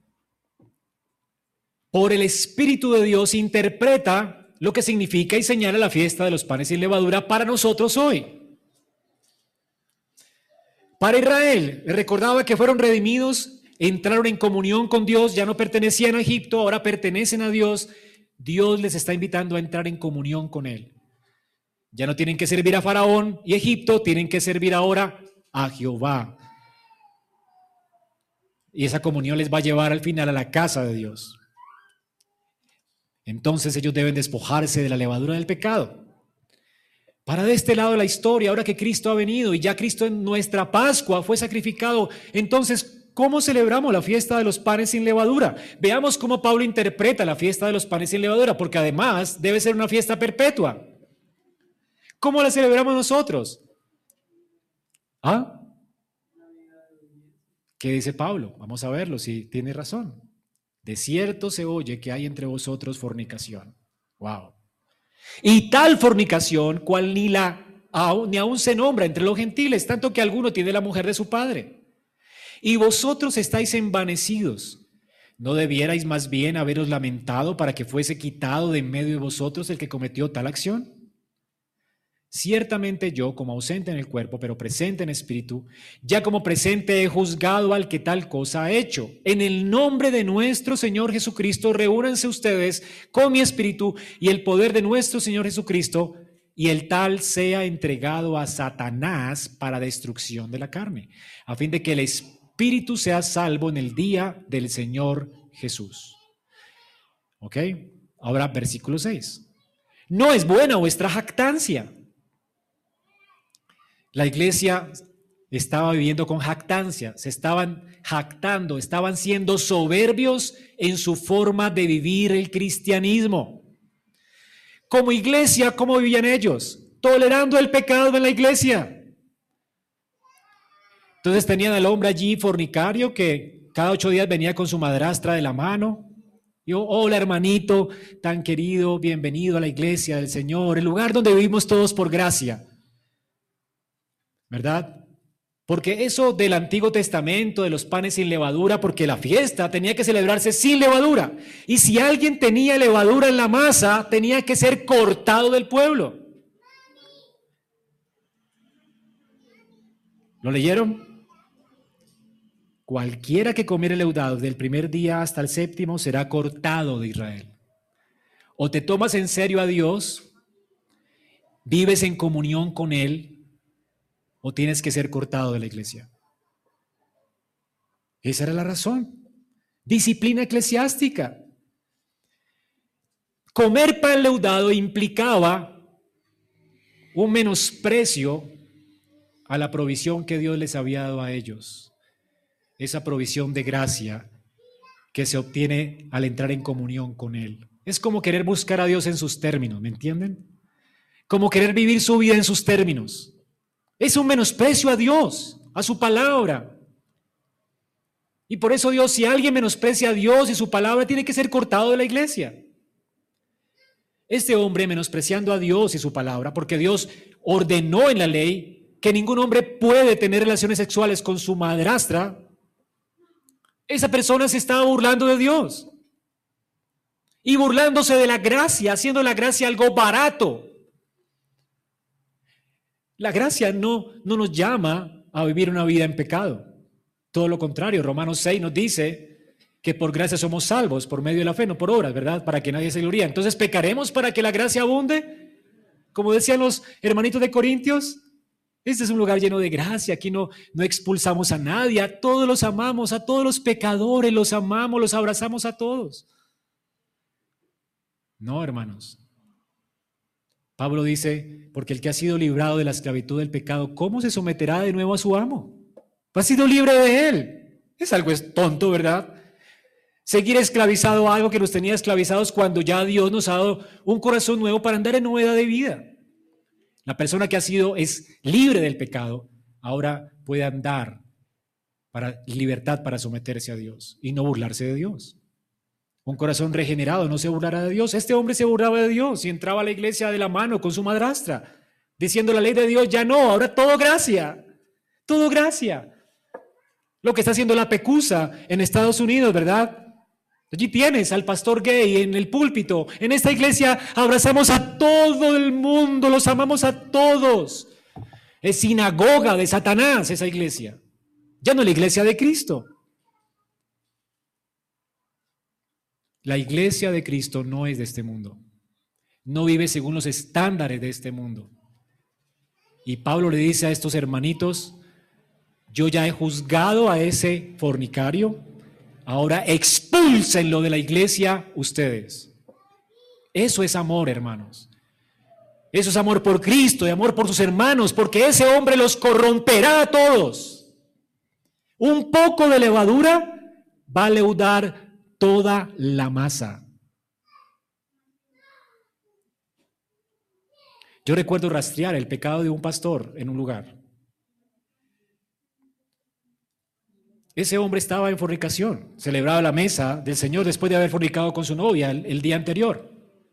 por el Espíritu de Dios, interpreta lo que significa y señala la fiesta de los panes sin levadura para nosotros hoy. Para Israel, recordaba que fueron redimidos, entraron en comunión con Dios, ya no pertenecían a Egipto, ahora pertenecen a Dios. Dios les está invitando a entrar en comunión con Él. Ya no tienen que servir a Faraón y Egipto, tienen que servir ahora a Jehová. Y esa comunión les va a llevar al final a la casa de Dios. Entonces ellos deben despojarse de la levadura del pecado. Para de este lado de la historia, ahora que Cristo ha venido y ya Cristo en nuestra Pascua fue sacrificado, entonces, ¿cómo celebramos la fiesta de los panes sin levadura? Veamos cómo Pablo interpreta la fiesta de los panes sin levadura, porque además debe ser una fiesta perpetua. ¿Cómo la celebramos nosotros? ¿Ah? ¿Qué dice Pablo? Vamos a verlo si tiene razón. De cierto se oye que hay entre vosotros fornicación. Wow. Y tal fornicación cual ni aún se nombra entre los gentiles, tanto que alguno tiene la mujer de su padre. Y vosotros estáis envanecidos. ¿No debierais más bien haberos lamentado para que fuese quitado de en medio de vosotros el que cometió tal acción? Ciertamente yo, como ausente en el cuerpo, pero presente en espíritu, ya como presente he juzgado al que tal cosa ha hecho. En el nombre de nuestro Señor Jesucristo, reúnanse ustedes con mi espíritu y el poder de nuestro Señor Jesucristo, y el tal sea entregado a Satanás para destrucción de la carne, a fin de que el espíritu sea salvo en el día del Señor Jesús. ¿Ok? Ahora versículo 6. No es buena vuestra jactancia. La iglesia estaba viviendo con jactancia, se estaban jactando, estaban siendo soberbios en su forma de vivir el cristianismo. Como iglesia, ¿cómo vivían ellos? Tolerando el pecado en la iglesia. Entonces tenían al hombre allí fornicario que cada 8 días venía con su madrastra de la mano. Y hola hermanito, tan querido, bienvenido a la iglesia del Señor, el lugar donde vivimos todos por gracia. ¿Verdad? Porque eso del Antiguo Testamento, de los panes sin levadura, porque la fiesta tenía que celebrarse sin levadura. Y si alguien tenía levadura en la masa, tenía que ser cortado del pueblo. ¿Lo leyeron? Cualquiera que comiere leudado del primer día hasta el 7º será cortado de Israel. O te tomas en serio a Dios, vives en comunión con Él, o tienes que ser cortado de la iglesia. Esa era la razón. Disciplina eclesiástica. Comer pan leudado implicaba un menosprecio a la provisión que Dios les había dado a ellos. Esa provisión de gracia que se obtiene al entrar en comunión con Él. Es como querer buscar a Dios en sus términos, ¿me entienden? Como querer vivir su vida en sus términos. Es un menosprecio a Dios, a su palabra. Y por eso Dios, si alguien menosprecia a Dios y su palabra, tiene que ser cortado de la iglesia. Este hombre menospreciando a Dios y su palabra, porque Dios ordenó en la ley que ningún hombre puede tener relaciones sexuales con su madrastra, esa persona se estaba burlando de Dios. Y burlándose de la gracia, haciendo la gracia algo barato. La gracia no nos llama a vivir una vida en pecado. Todo lo contrario, Romanos 6 nos dice que por gracia somos salvos, por medio de la fe, no por obras, ¿verdad? Para que nadie se gloríe. Entonces, ¿pecaremos para que la gracia abunde? Como decían los hermanitos de Corintios, este es un lugar lleno de gracia, aquí no expulsamos a nadie, a todos los amamos, a todos los pecadores los amamos, los abrazamos a todos. No, hermanos. Pablo dice, porque el que ha sido librado de la esclavitud del pecado, ¿cómo se someterá de nuevo a su amo? Ha sido libre de él. Es algo tonto, ¿verdad? Seguir esclavizado a algo que nos tenía esclavizados cuando ya Dios nos ha dado un corazón nuevo para andar en novedad de vida. La persona que es libre del pecado, ahora puede andar para libertad para someterse a Dios y no burlarse de Dios. Un corazón regenerado no se burlará de Dios. Este hombre se burlaba de Dios y entraba a la iglesia de la mano con su madrastra, diciendo la ley de Dios ya no, ahora todo gracia, todo gracia. Lo que está haciendo la Pecusa en Estados Unidos, ¿verdad? Allí tienes al pastor gay en el púlpito. En esta iglesia abrazamos a todo el mundo, los amamos a todos. Es sinagoga de Satanás esa iglesia. Ya no es la iglesia de Cristo. La iglesia de Cristo no es de este mundo. No vive según los estándares de este mundo. Y Pablo le dice a estos hermanitos, yo ya he juzgado a ese fornicario, ahora expúlsenlo de la iglesia ustedes. Eso es amor, hermanos. Eso es amor por Cristo y amor por sus hermanos, porque ese hombre los corromperá a todos. Un poco de levadura va a leudar toda la masa. Yo recuerdo rastrear el pecado de un pastor en un lugar. Ese hombre estaba en fornicación, celebraba la mesa del Señor después de haber fornicado con su novia el día anterior.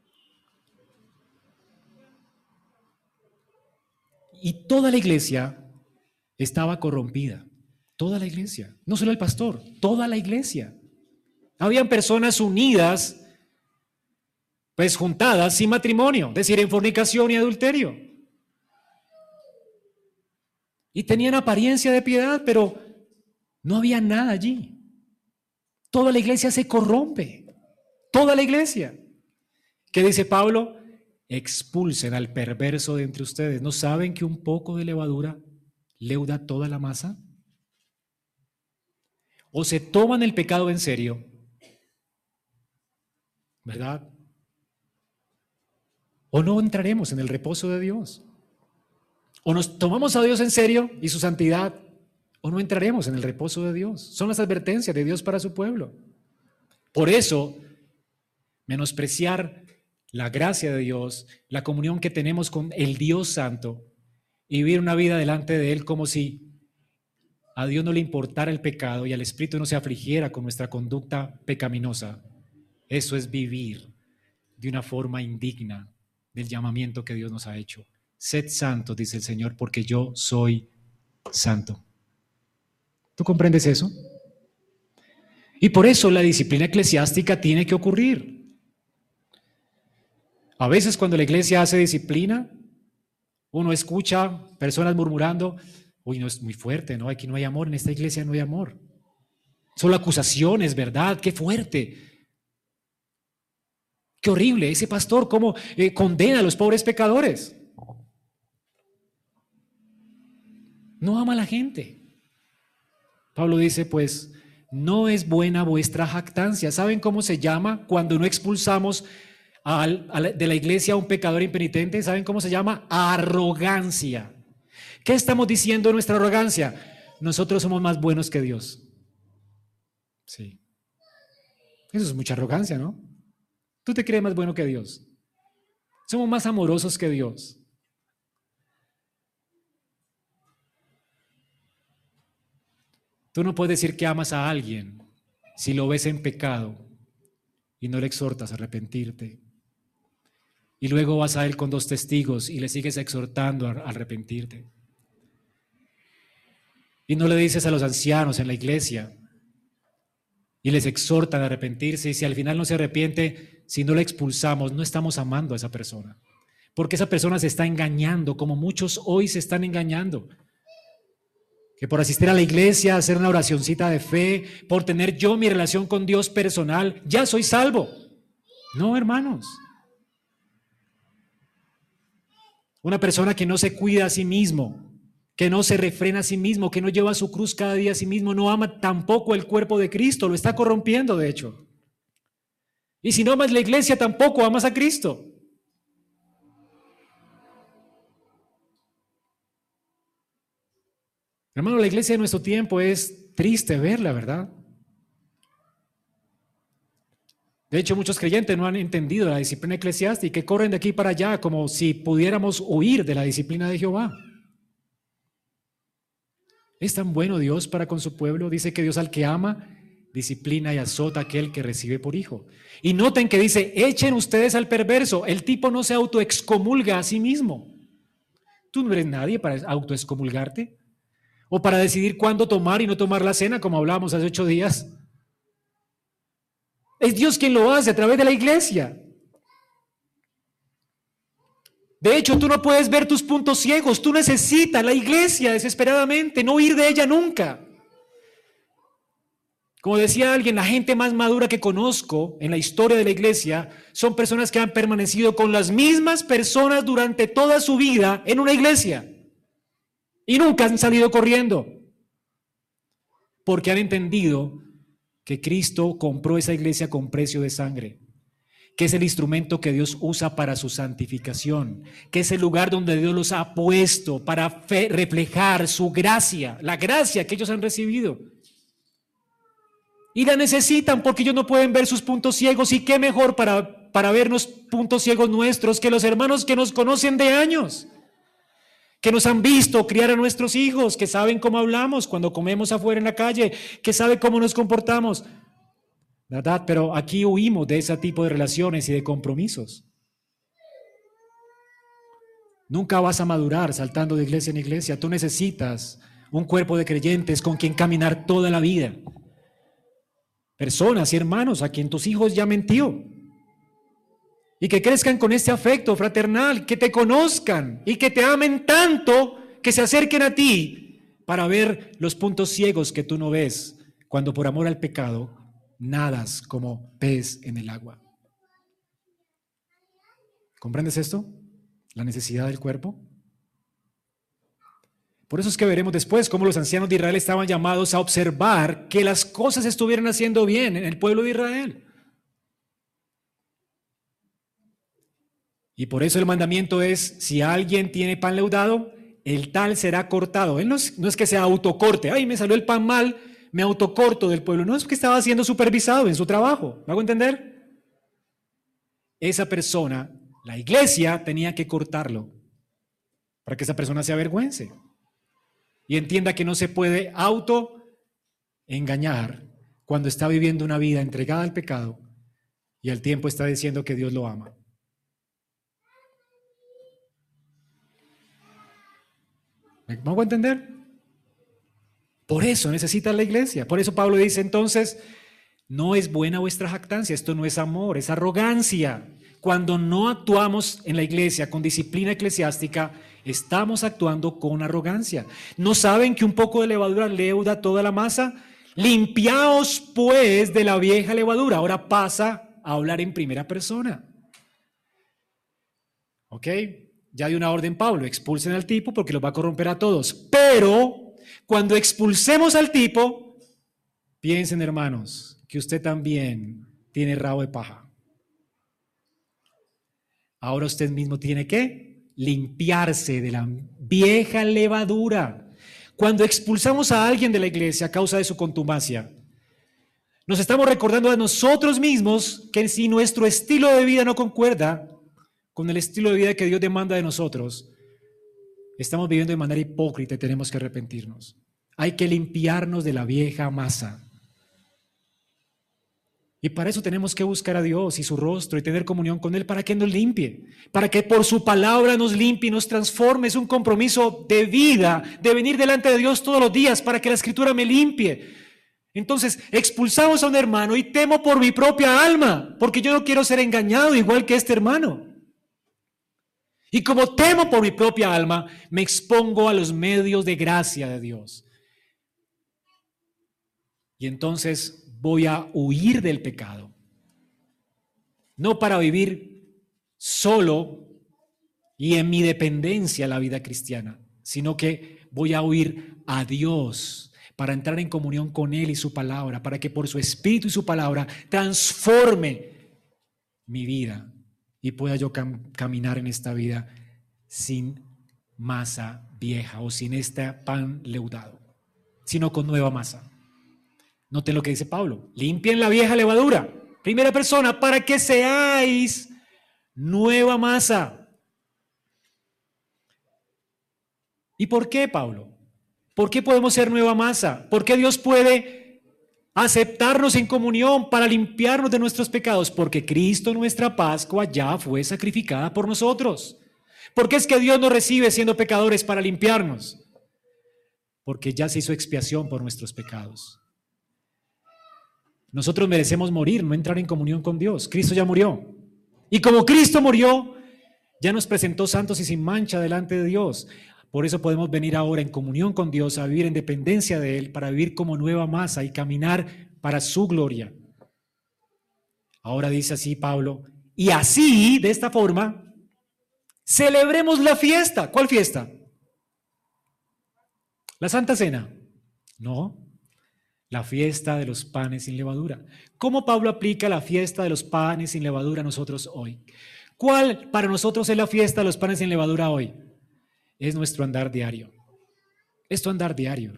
Y toda la iglesia estaba corrompida, toda la iglesia, no solo el pastor, toda la iglesia. Habían personas unidas, pues juntadas sin matrimonio, es decir, en fornicación y adulterio. Y tenían apariencia de piedad, pero no había nada allí. Toda la iglesia se corrompe, toda la iglesia. ¿Qué dice Pablo? Expulsen al perverso de entre ustedes. ¿No saben que un poco de levadura leuda toda la masa? O se toman el pecado en serio, ¿verdad? O no entraremos en el reposo de Dios. O nos tomamos a Dios en serio y su santidad, o no entraremos en el reposo de Dios. Son las advertencias de Dios para su pueblo. Por eso, menospreciar la gracia de Dios, la comunión que tenemos con el Dios Santo y vivir una vida delante de Él como si a Dios no le importara el pecado y al Espíritu no se afligiera con nuestra conducta pecaminosa, eso es vivir de una forma indigna del llamamiento que Dios nos ha hecho. Sed santos, dice el Señor, porque yo soy santo. ¿Tú comprendes eso? Y por eso la disciplina eclesiástica tiene que ocurrir. A veces cuando la iglesia hace disciplina, uno escucha personas murmurando, uy, no, es muy fuerte, ¿no? Aquí no hay amor, en esta iglesia no hay amor. Solo acusaciones, ¿verdad? Qué fuerte. Qué horrible, ese pastor cómo condena a los pobres pecadores. No ama a la gente. Pablo dice, pues, no es buena vuestra jactancia. ¿Saben cómo se llama cuando no expulsamos de la iglesia a un pecador impenitente? ¿Saben cómo se llama? Arrogancia. ¿Qué estamos diciendo en nuestra arrogancia? Nosotros somos más buenos que Dios. Sí. Eso es mucha arrogancia, ¿no? Tú te crees más bueno que Dios. Somos más amorosos que Dios. Tú no puedes decir que amas a alguien si lo ves en pecado y no le exhortas a arrepentirte. Y luego vas a él con 2 testigos y le sigues exhortando a arrepentirte. Y no le dices a los ancianos en la iglesia y les exhortan a arrepentirse, y si al final no se arrepiente, si no le expulsamos, no estamos amando a esa persona. Porque esa persona se está engañando, como muchos hoy se están engañando. Que por asistir a la iglesia, hacer una oracioncita de fe, por tener yo mi relación con Dios personal, ya soy salvo. No, hermanos. Una persona que no se cuida a sí mismo, que no se refrena a sí mismo, que no lleva su cruz cada día a sí mismo, no ama tampoco el cuerpo de Cristo, lo está corrompiendo de hecho. Y si no amas la iglesia, tampoco amas a Cristo. Hermano, la iglesia de nuestro tiempo es triste verla, ¿verdad? De hecho, muchos creyentes no han entendido la disciplina eclesiástica y corren de aquí para allá como si pudiéramos huir de la disciplina de Jehová. ¿Es tan bueno Dios para con su pueblo? Dice que Dios al que ama, disciplina y azota a aquel que recibe por hijo. Y noten que dice, echen ustedes al perverso. El tipo no se autoexcomulga a sí mismo. Tú no eres nadie para autoexcomulgarte o para decidir cuándo tomar y no tomar la cena, como hablábamos hace 8 días. Es Dios quien lo hace a través de la iglesia. De hecho, tú no puedes ver tus puntos ciegos. Tú necesitas la iglesia desesperadamente, no ir de ella nunca. Como decía alguien, la gente más madura que conozco en la historia de la iglesia son personas que han permanecido con las mismas personas durante toda su vida en una iglesia y nunca han salido corriendo, porque han entendido que Cristo compró esa iglesia con precio de sangre, que es el instrumento que Dios usa para su santificación, que es el lugar donde Dios los ha puesto para reflejar su gracia, la gracia que ellos han recibido. Y la necesitan porque ellos no pueden ver sus puntos ciegos. Y qué mejor para ver los puntos ciegos nuestros que los hermanos que nos conocen de años, que nos han visto criar a nuestros hijos, que saben cómo hablamos cuando comemos afuera en la calle, que saben cómo nos comportamos. ¿Verdad? Pero aquí huimos de ese tipo de relaciones y de compromisos. Nunca vas a madurar saltando de iglesia en iglesia. Tú necesitas un cuerpo de creyentes con quien caminar toda la vida. Personas y hermanos a quien tus hijos llamen tío. Y que crezcan con este afecto fraternal, que te conozcan y que te amen tanto que se acerquen a ti para ver los puntos ciegos que tú no ves cuando por amor al pecado nadas como pez en el agua. ¿Comprendes esto? La necesidad del cuerpo. Por eso es que veremos después cómo los ancianos de Israel estaban llamados a observar que las cosas estuvieran haciendo bien en el pueblo de Israel. Y por eso el mandamiento es, si alguien tiene pan leudado, el tal será cortado. Él no es que sea autocorte, ay, me salió el pan mal, me autocorto del pueblo. No, es que estaba siendo supervisado en su trabajo. ¿Me hago entender? Esa persona, la iglesia, tenía que cortarlo para que esa persona se avergüence y entienda que no se puede autoengañar cuando está viviendo una vida entregada al pecado y al tiempo está diciendo que Dios lo ama. ¿Me hago entender? Por eso necesitas la iglesia. Por eso Pablo dice entonces, no es buena vuestra jactancia, esto no es amor, es arrogancia. Cuando no actuamos en la iglesia con disciplina eclesiástica, estamos actuando con arrogancia. ¿No saben que un poco de levadura leuda toda la masa? Limpiaos pues de la vieja levadura. Ahora pasa a hablar en primera persona. ¿Ok? Ya hay una orden Pablo, expulsen al tipo porque los va a corromper a todos. Pero cuando expulsemos al tipo, piensen hermanos, que usted también tiene rabo de paja. Ahora usted mismo tiene que limpiarse de la vieja levadura. Cuando expulsamos a alguien de la iglesia a causa de su contumacia, nos estamos recordando a nosotros mismos que si nuestro estilo de vida no concuerda con el estilo de vida que Dios demanda de nosotros, estamos viviendo de manera hipócrita y tenemos que arrepentirnos. Hay que limpiarnos de la vieja masa. Y para eso tenemos que buscar a Dios y su rostro y tener comunión con Él para que nos limpie, para que por su palabra nos limpie y nos transforme. Es un compromiso de vida, de venir delante de Dios todos los días para que la Escritura me limpie. Entonces expulsamos a un hermano y temo por mi propia alma, porque yo no quiero ser engañado igual que este hermano. Y como temo por mi propia alma, me expongo a los medios de gracia de Dios. Y entonces voy a huir del pecado. No para vivir solo y en mi dependencia la vida cristiana, sino que voy a huir a Dios para entrar en comunión con Él y su palabra, para que por su Espíritu y su palabra transforme mi vida y pueda yo caminar en esta vida sin masa vieja o sin este pan leudado, sino con nueva masa. Noten lo que dice Pablo, limpien la vieja levadura. Primera persona, para que seáis nueva masa. ¿Y por qué, Pablo? ¿Por qué podemos ser nueva masa? ¿Por qué Dios puede aceptarnos en comunión para limpiarnos de nuestros pecados? Porque Cristo, nuestra Pascua, ya fue sacrificada por nosotros. ¿Por qué es que Dios nos recibe siendo pecadores para limpiarnos? Porque ya se hizo expiación por nuestros pecados. Nosotros merecemos morir, no entrar en comunión con Dios. Cristo ya murió. Y como Cristo murió, ya nos presentó santos y sin mancha delante de Dios. Por eso podemos venir ahora en comunión con Dios, a vivir en dependencia de Él, para vivir como nueva masa y caminar para su gloria. Ahora dice así Pablo, y así, de esta forma, celebremos la fiesta. ¿Cuál fiesta? ¿La Santa Cena? No, la fiesta de los panes sin levadura. ¿Cómo Pablo aplica la fiesta de los panes sin levadura a nosotros hoy? ¿Cuál para nosotros es la fiesta de los panes sin levadura hoy? Es nuestro andar diario. Es tu andar diario.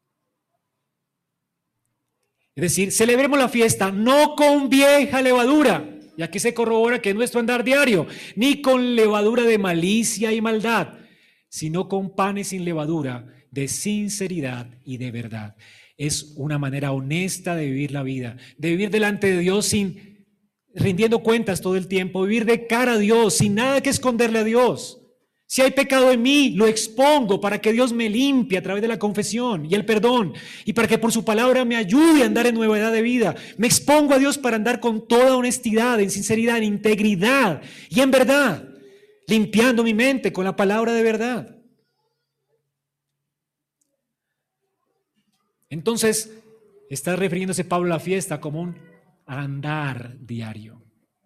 Es decir, celebremos la fiesta no con vieja levadura, y aquí se corrobora que es nuestro andar diario, ni con levadura de malicia y maldad, sino con panes sin levadura, de sinceridad y de verdad. Es una manera honesta de vivir la vida, de vivir delante de Dios sin rindiendo cuentas todo el tiempo, vivir de cara a Dios, sin nada que esconderle a Dios. Si hay pecado en mí, lo expongo para que Dios me limpie a través de la confesión y el perdón, y para que por su palabra me ayude a andar en novedad de vida. Me expongo a Dios para andar con toda honestidad, en sinceridad, en integridad y en verdad, limpiando mi mente con la palabra de verdad. Entonces, está refiriéndose Pablo a la fiesta como un andar diario.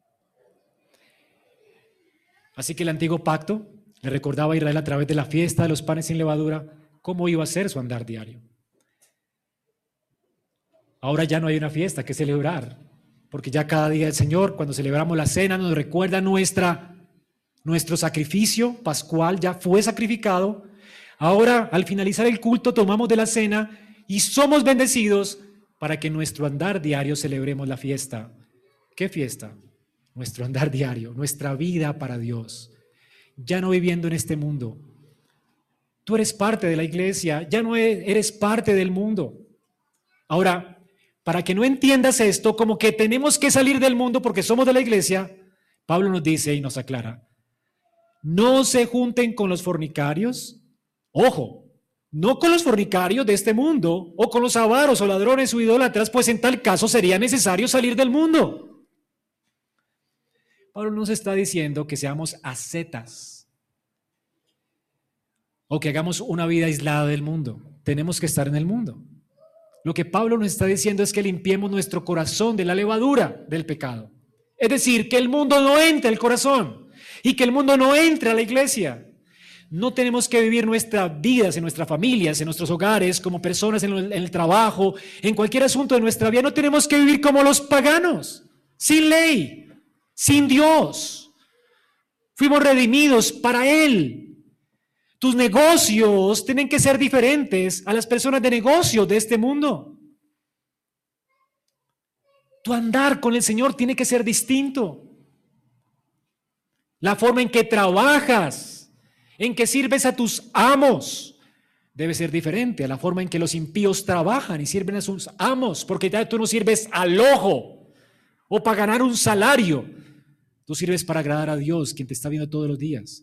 Así que el antiguo pacto le recordaba a Israel a través de la fiesta de los panes sin levadura cómo iba a ser su andar diario. Ahora ya no hay una fiesta que celebrar, porque ya cada día del Señor, cuando celebramos la cena, nos recuerda nuestro sacrificio pascual, ya fue sacrificado. Ahora, al finalizar el culto, tomamos de la cena y somos bendecidos para que en nuestro andar diario celebremos la fiesta. ¿Qué fiesta? Nuestro andar diario, nuestra vida para Dios. Ya no viviendo en este mundo. Tú eres parte de la iglesia, ya no eres parte del mundo. Ahora, para que no entiendas esto como que tenemos que salir del mundo porque somos de la iglesia, Pablo nos dice y nos aclara, no se junten con los fornicarios, ojo, no con los fornicarios de este mundo o con los avaros o ladrones o idólatras, pues en tal caso sería necesario salir del mundo. Pablo nos está diciendo que seamos ascetas o que hagamos una vida aislada del mundo. Tenemos que estar en el mundo. Lo que Pablo nos está diciendo es que limpiemos nuestro corazón de la levadura del pecado. Es decir, que el mundo no entre al corazón y que el mundo no entre a la iglesia. No tenemos que vivir nuestras vidas en nuestras familias, en nuestros hogares, como personas en el trabajo, en cualquier asunto de nuestra vida. No tenemos que vivir como los paganos, sin ley, sin Dios. Fuimos redimidos para Él. Tus negocios tienen que ser diferentes a las personas de negocios de este mundo. Tu andar con el Señor tiene que ser distinto. La forma en que trabajas, en que sirves a tus amos, debe ser diferente a la forma en que los impíos trabajan y sirven a sus amos, porque ya tú no sirves al ojo o para ganar un salario. Tú sirves para agradar a Dios, quien te está viendo todos los días.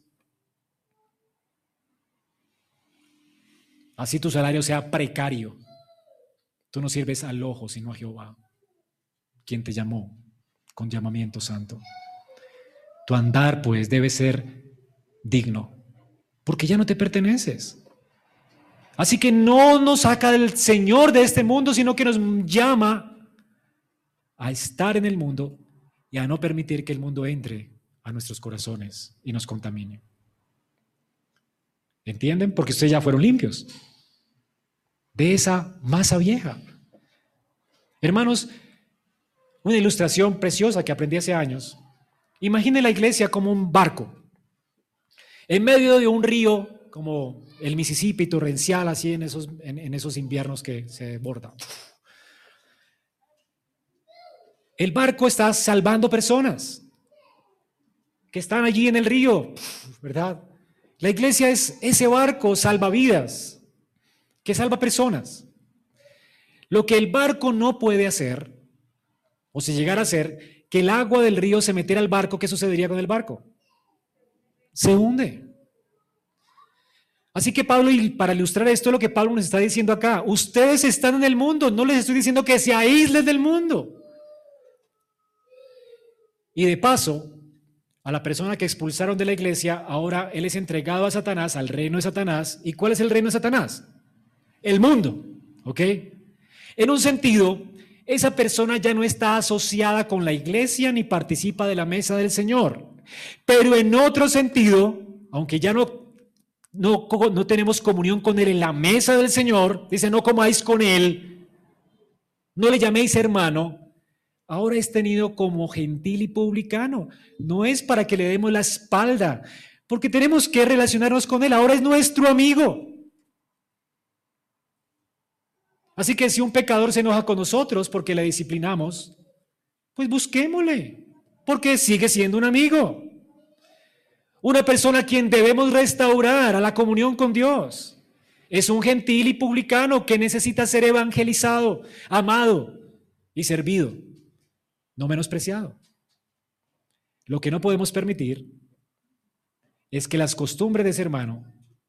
Así tu salario sea precario. Tú no sirves al ojo, sino a Jehová, quien te llamó con llamamiento santo. Tu andar, pues, debe ser digno, porque ya no te perteneces. Así que no nos saca del Señor de este mundo, sino que nos llama a estar en el mundo y a no permitir que el mundo entre a nuestros corazones y nos contamine. ¿Entienden? Porque ustedes ya fueron limpios de esa masa vieja. Hermanos, una ilustración preciosa que aprendí hace años. Imagine la iglesia como un barco en medio de un río como el Mississippi torrencial, así en esos inviernos que se desborda. El barco está salvando personas que están allí en el río, ¿verdad? La iglesia es ese barco salvavidas que salva personas. Lo que el barco no puede hacer, o si llegara a hacer, que el agua del río se metiera al barco, ¿qué sucedería con el barco? Se hunde. Así que Pablo, y para ilustrar esto, lo que Pablo nos está diciendo acá, ustedes están en el mundo, no les estoy diciendo que se aíslen del mundo. Y de paso, a la persona que expulsaron de la iglesia, ahora él es entregado a Satanás, al reino de Satanás. ¿Y cuál es el reino de Satanás? El mundo, ¿ok? En un sentido, esa persona ya no está asociada con la iglesia ni participa de la mesa del Señor. Pero en otro sentido, aunque ya no tenemos comunión con Él en la mesa del Señor, dice, no comáis con Él, no le llaméis hermano, ahora es tenido como gentil y publicano. No es para que le demos la espalda, porque tenemos que relacionarnos con Él, ahora es nuestro amigo. Así que si un pecador se enoja con nosotros porque le disciplinamos, pues busquémosle, porque sigue siendo un amigo. Una persona a quien debemos restaurar a la comunión con Dios. Es un gentil y publicano que necesita ser evangelizado, amado y servido, no menospreciado. Lo que no podemos permitir es que las costumbres de ese hermano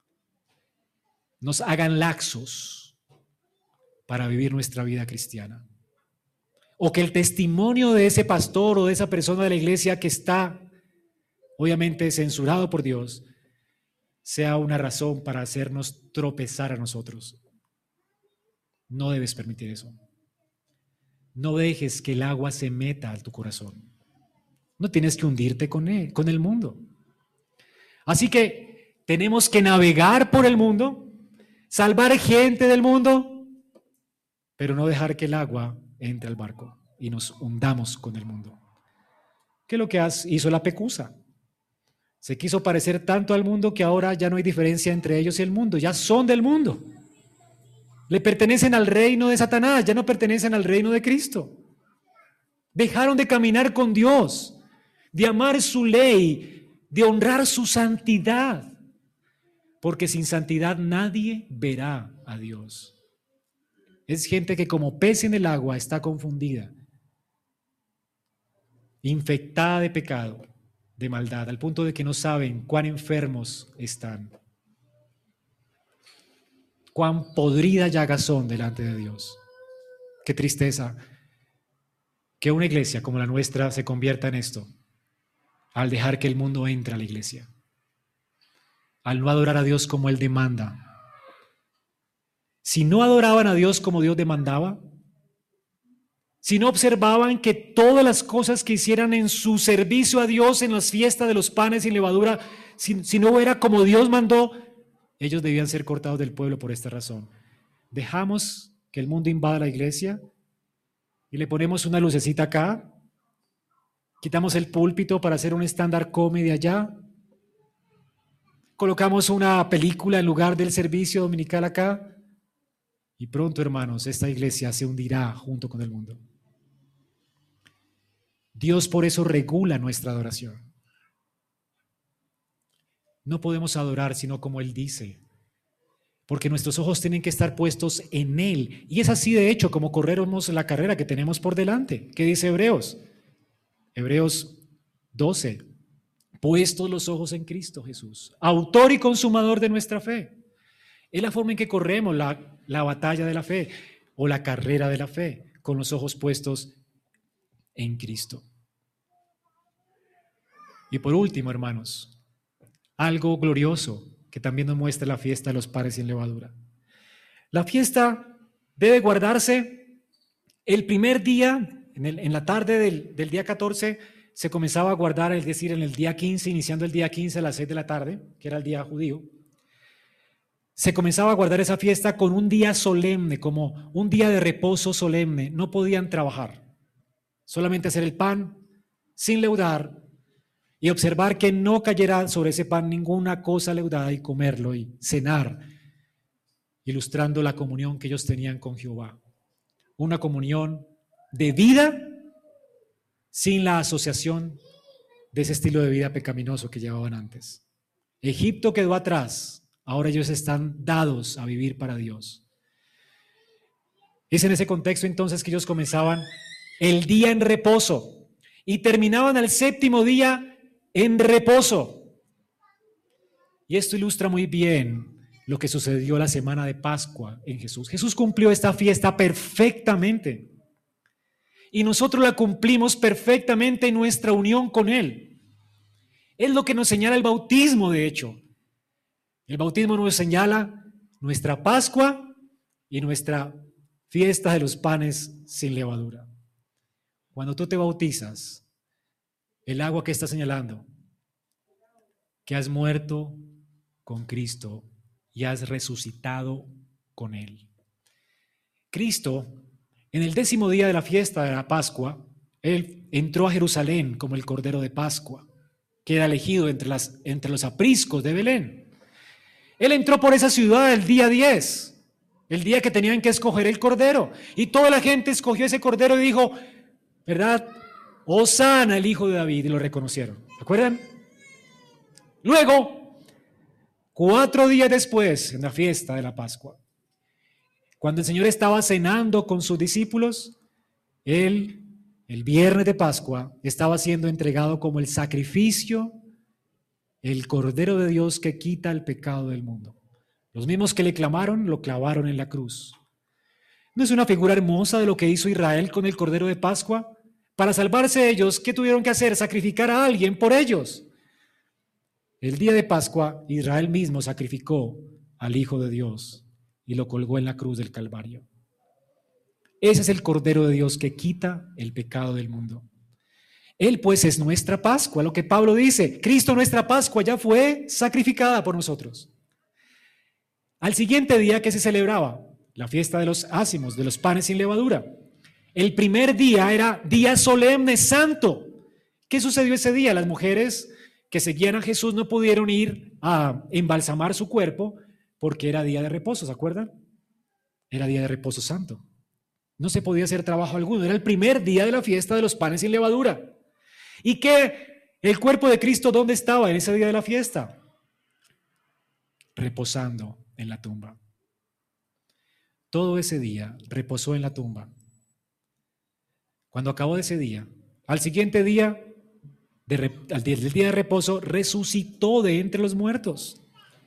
nos hagan laxos para vivir nuestra vida cristiana. O que el testimonio de ese pastor o de esa persona de la iglesia que está obviamente censurado por Dios, sea una razón para hacernos tropezar a nosotros. No debes permitir eso. No dejes que el agua se meta a tu corazón. No tienes que hundirte con él, con el mundo. Así que tenemos que navegar por el mundo, salvar gente del mundo, pero no dejar que el agua entre al barco y nos hundamos con el mundo. ¿Qué es lo que hizo la pecusa? Se quiso parecer tanto al mundo que ahora ya no hay diferencia entre ellos y el mundo, ya son del mundo. Le pertenecen al reino de Satanás, ya no pertenecen al reino de Cristo. Dejaron de caminar con Dios, de amar su ley, de honrar su santidad, porque sin santidad nadie verá a Dios. Es gente que como pez en el agua está confundida, infectada de pecado, de maldad, al punto de que no saben cuán enfermos están, cuán podrida llagas son delante de Dios. Qué tristeza que una iglesia como la nuestra se convierta en esto, al dejar que el mundo entre a la iglesia, al no adorar a Dios como Él demanda. Si no adoraban a Dios como Dios demandaba, si no observaban que todas las cosas que hicieran en su servicio a Dios en las fiestas de los panes sin levadura, si no era como Dios mandó, ellos debían ser cortados del pueblo por esta razón. Dejamos que el mundo invada la iglesia y le ponemos una lucecita acá, quitamos el púlpito para hacer un stand-up comedy allá, colocamos una película en lugar del servicio dominical acá, y pronto, hermanos, esta iglesia se hundirá junto con el mundo. Dios por eso regula nuestra adoración. No podemos adorar sino como Él dice, porque nuestros ojos tienen que estar puestos en Él. Y es así, de hecho, como corremos la carrera que tenemos por delante. ¿Qué dice Hebreos? Hebreos 12. Puestos los ojos en Cristo Jesús, autor y consumador de nuestra fe. Es la forma en que corremos la batalla de la fe o la carrera de la fe, con los ojos puestos en Cristo. Y por último, hermanos, algo glorioso que también nos muestra la fiesta de los panes sin levadura. La fiesta debe guardarse el primer día, en la tarde del día 14, se comenzaba a guardar, es decir, en el día 15, iniciando el día 15 a las 6 de la tarde, que era el día judío. Se comenzaba a guardar esa fiesta con un día solemne, como un día de reposo solemne. No podían trabajar, solamente hacer el pan sin leudar y observar que no cayera sobre ese pan ninguna cosa leudada y comerlo y cenar, ilustrando la comunión que ellos tenían con Jehová. Una comunión de vida sin la asociación de ese estilo de vida pecaminoso que llevaban antes. Egipto quedó atrás, ahora ellos están dados a vivir para Dios. Es en ese contexto entonces que ellos comenzaban el día en reposo y terminaban el séptimo día en reposo. Y esto ilustra muy bien lo que sucedió la semana de Pascua en Jesús. Jesús cumplió esta fiesta perfectamente y nosotros la cumplimos perfectamente en nuestra unión con Él. Es lo que nos señala el bautismo, de hecho. El bautismo nos señala nuestra Pascua y nuestra fiesta de los panes sin levadura. Cuando tú te bautizas, el agua que está señalando que has muerto con Cristo y has resucitado con Él. Cristo, en el 10º día de la fiesta de la Pascua, Él entró a Jerusalén como el Cordero de Pascua, que era elegido entre los apriscos de Belén. Él entró por esa ciudad el día 10, el día que tenían que escoger el Cordero, y toda la gente escogió ese Cordero y dijo, ¿verdad? Hosana, el Hijo de David, y lo reconocieron. ¿Recuerdan? Luego, 4 días después, en la fiesta de la Pascua, cuando el Señor estaba cenando con sus discípulos, Él, el viernes de Pascua, estaba siendo entregado como el sacrificio, el Cordero de Dios que quita el pecado del mundo. Los mismos que le clamaron, lo clavaron en la cruz. ¿No es una figura hermosa de lo que hizo Israel con el Cordero de Pascua? Para salvarse ellos, ¿qué tuvieron que hacer? Sacrificar a alguien por ellos. El día de Pascua, Israel mismo sacrificó al Hijo de Dios y lo colgó en la cruz del Calvario. Ese es el Cordero de Dios que quita el pecado del mundo. Él pues es nuestra Pascua, lo que Pablo dice, Cristo nuestra Pascua ya fue sacrificada por nosotros. Al siguiente día que se celebraba, la fiesta de los ácimos, de los panes sin levadura, el primer día era día solemne, santo. ¿Qué sucedió ese día? Las mujeres que seguían a Jesús no pudieron ir a embalsamar su cuerpo porque era día de reposo, ¿se acuerdan? Era día de reposo santo. No se podía hacer trabajo alguno, era el primer día de la fiesta de los panes sin levadura. ¿Y qué? ¿El cuerpo de Cristo dónde estaba en ese día de la fiesta? Reposando en la tumba. Todo ese día reposó en la tumba. Cuando acabó ese día, al siguiente día, al día de reposo, resucitó de entre los muertos.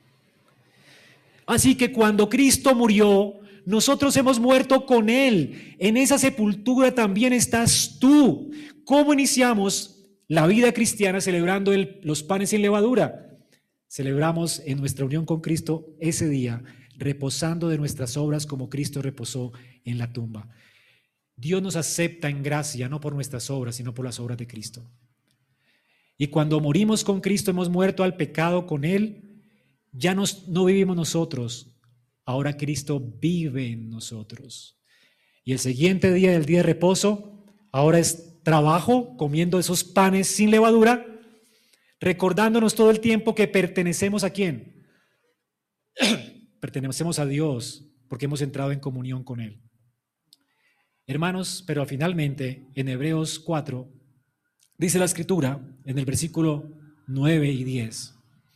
Así que cuando Cristo murió, nosotros hemos muerto con Él. En esa sepultura también estás tú. ¿Cómo iniciamos la vida cristiana celebrando los panes sin levadura? Celebramos en nuestra unión con Cristo ese día, reposando de nuestras obras como Cristo reposó en la tumba. Dios nos acepta en gracia, no por nuestras obras, sino por las obras de Cristo. Y cuando morimos con Cristo, hemos muerto al pecado con Él, ya no vivimos nosotros, ahora Cristo vive en nosotros. Y el siguiente día, el día de reposo, ahora es trabajo, comiendo esos panes sin levadura, recordándonos todo el tiempo que pertenecemos ¿a quién? Pertenecemos a Dios, porque hemos entrado en comunión con Él. Hermanos, pero finalmente, en Hebreos 4, dice la Escritura, en el versículo 9 y 10,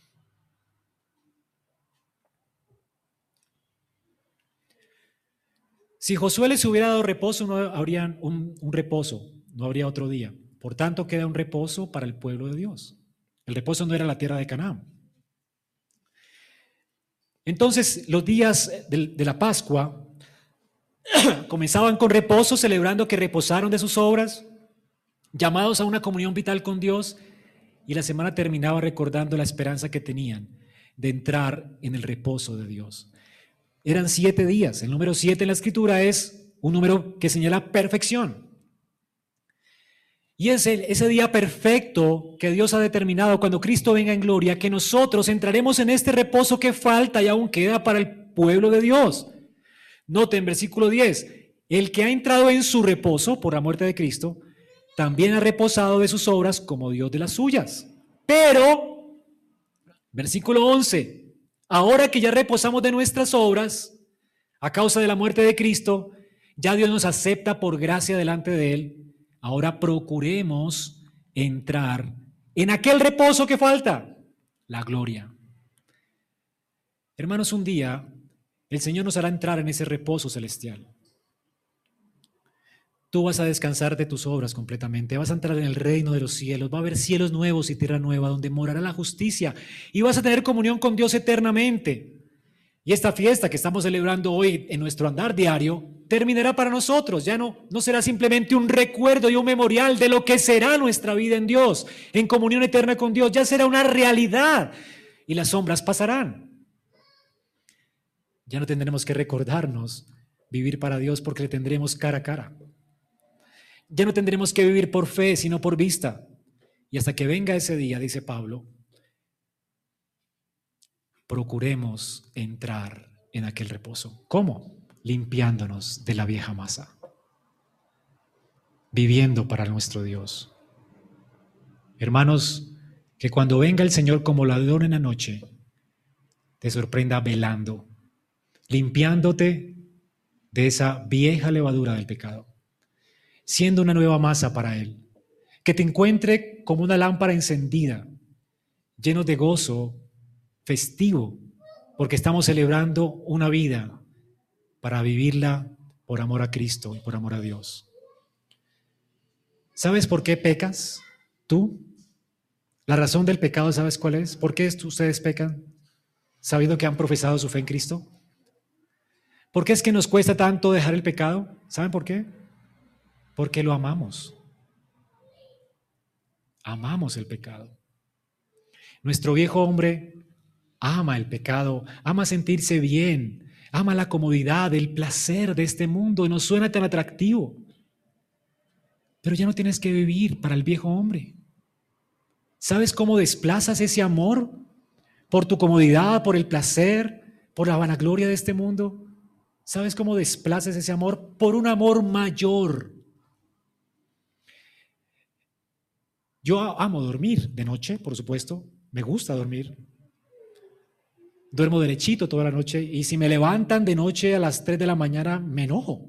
si Josué les hubiera dado reposo, no habría un reposo, no habría otro día. Por tanto, queda un reposo para el pueblo de Dios. El reposo no era la tierra de Canaán. Entonces, los días de la Pascua comenzaban con reposo, celebrando que reposaron de sus obras, llamados a una comunión vital con Dios, y la semana terminaba recordando la esperanza que tenían de entrar en el reposo de Dios. Eran 7 días. El número 7 en la Escritura es un número que señala perfección. Y es ese día perfecto que Dios ha determinado cuando Cristo venga en gloria, que nosotros entraremos en este reposo que falta y aún queda para el pueblo de Dios. Noten, versículo 10, el que ha entrado en su reposo por la muerte de Cristo, también ha reposado de sus obras como Dios de las suyas. Pero, versículo 11, ahora que ya reposamos de nuestras obras, a causa de la muerte de Cristo, ya Dios nos acepta por gracia delante de Él, Ahora procuremos entrar en aquel reposo que falta, la gloria. Hermanos, un día el Señor nos hará entrar en ese reposo celestial. Tú vas a descansar de tus obras completamente, vas a entrar en el reino de los cielos, va a haber cielos nuevos y tierra nueva donde morará la justicia y vas a tener comunión con Dios eternamente. Y esta fiesta que estamos celebrando hoy en nuestro andar diario terminará para nosotros, ya no será simplemente un recuerdo y un memorial de lo que será nuestra vida en Dios, en comunión eterna con Dios, ya será una realidad y las sombras pasarán. Ya no tendremos que recordarnos vivir para Dios porque le tendremos cara a cara. Ya no tendremos que vivir por fe, sino por vista. Y hasta que venga ese día, dice Pablo, procuremos entrar en aquel reposo. ¿Cómo? Limpiándonos de la vieja masa, viviendo para nuestro Dios. Hermanos, que cuando venga el Señor como ladrón en la noche, te sorprenda velando, limpiándote de esa vieja levadura del pecado, siendo una nueva masa para Él, que te encuentre como una lámpara encendida, lleno de gozo, festivo, porque estamos celebrando una vida para vivirla por amor a Cristo y por amor a Dios. ¿Sabes por qué pecas tú? La razón del pecado, ¿sabes cuál es? ¿Por qué ustedes pecan sabiendo que han profesado su fe en Cristo? ¿Por qué es que nos cuesta tanto dejar el pecado? ¿Saben por qué? Porque lo amamos. Amamos el pecado. Nuestro viejo hombre ama el pecado, ama sentirse bien, ama la comodidad, el placer de este mundo y nos suena tan atractivo. Pero ya no tienes que vivir para el viejo hombre. ¿Sabes cómo desplazas ese amor? Por tu comodidad, por el placer, por la vanagloria de este mundo. ¿Sabes cómo desplazas ese amor? Por un amor mayor. Yo amo dormir de noche, por supuesto. Me gusta dormir. Duermo derechito toda la noche y si me levantan de noche a las 3 de la mañana, me enojo.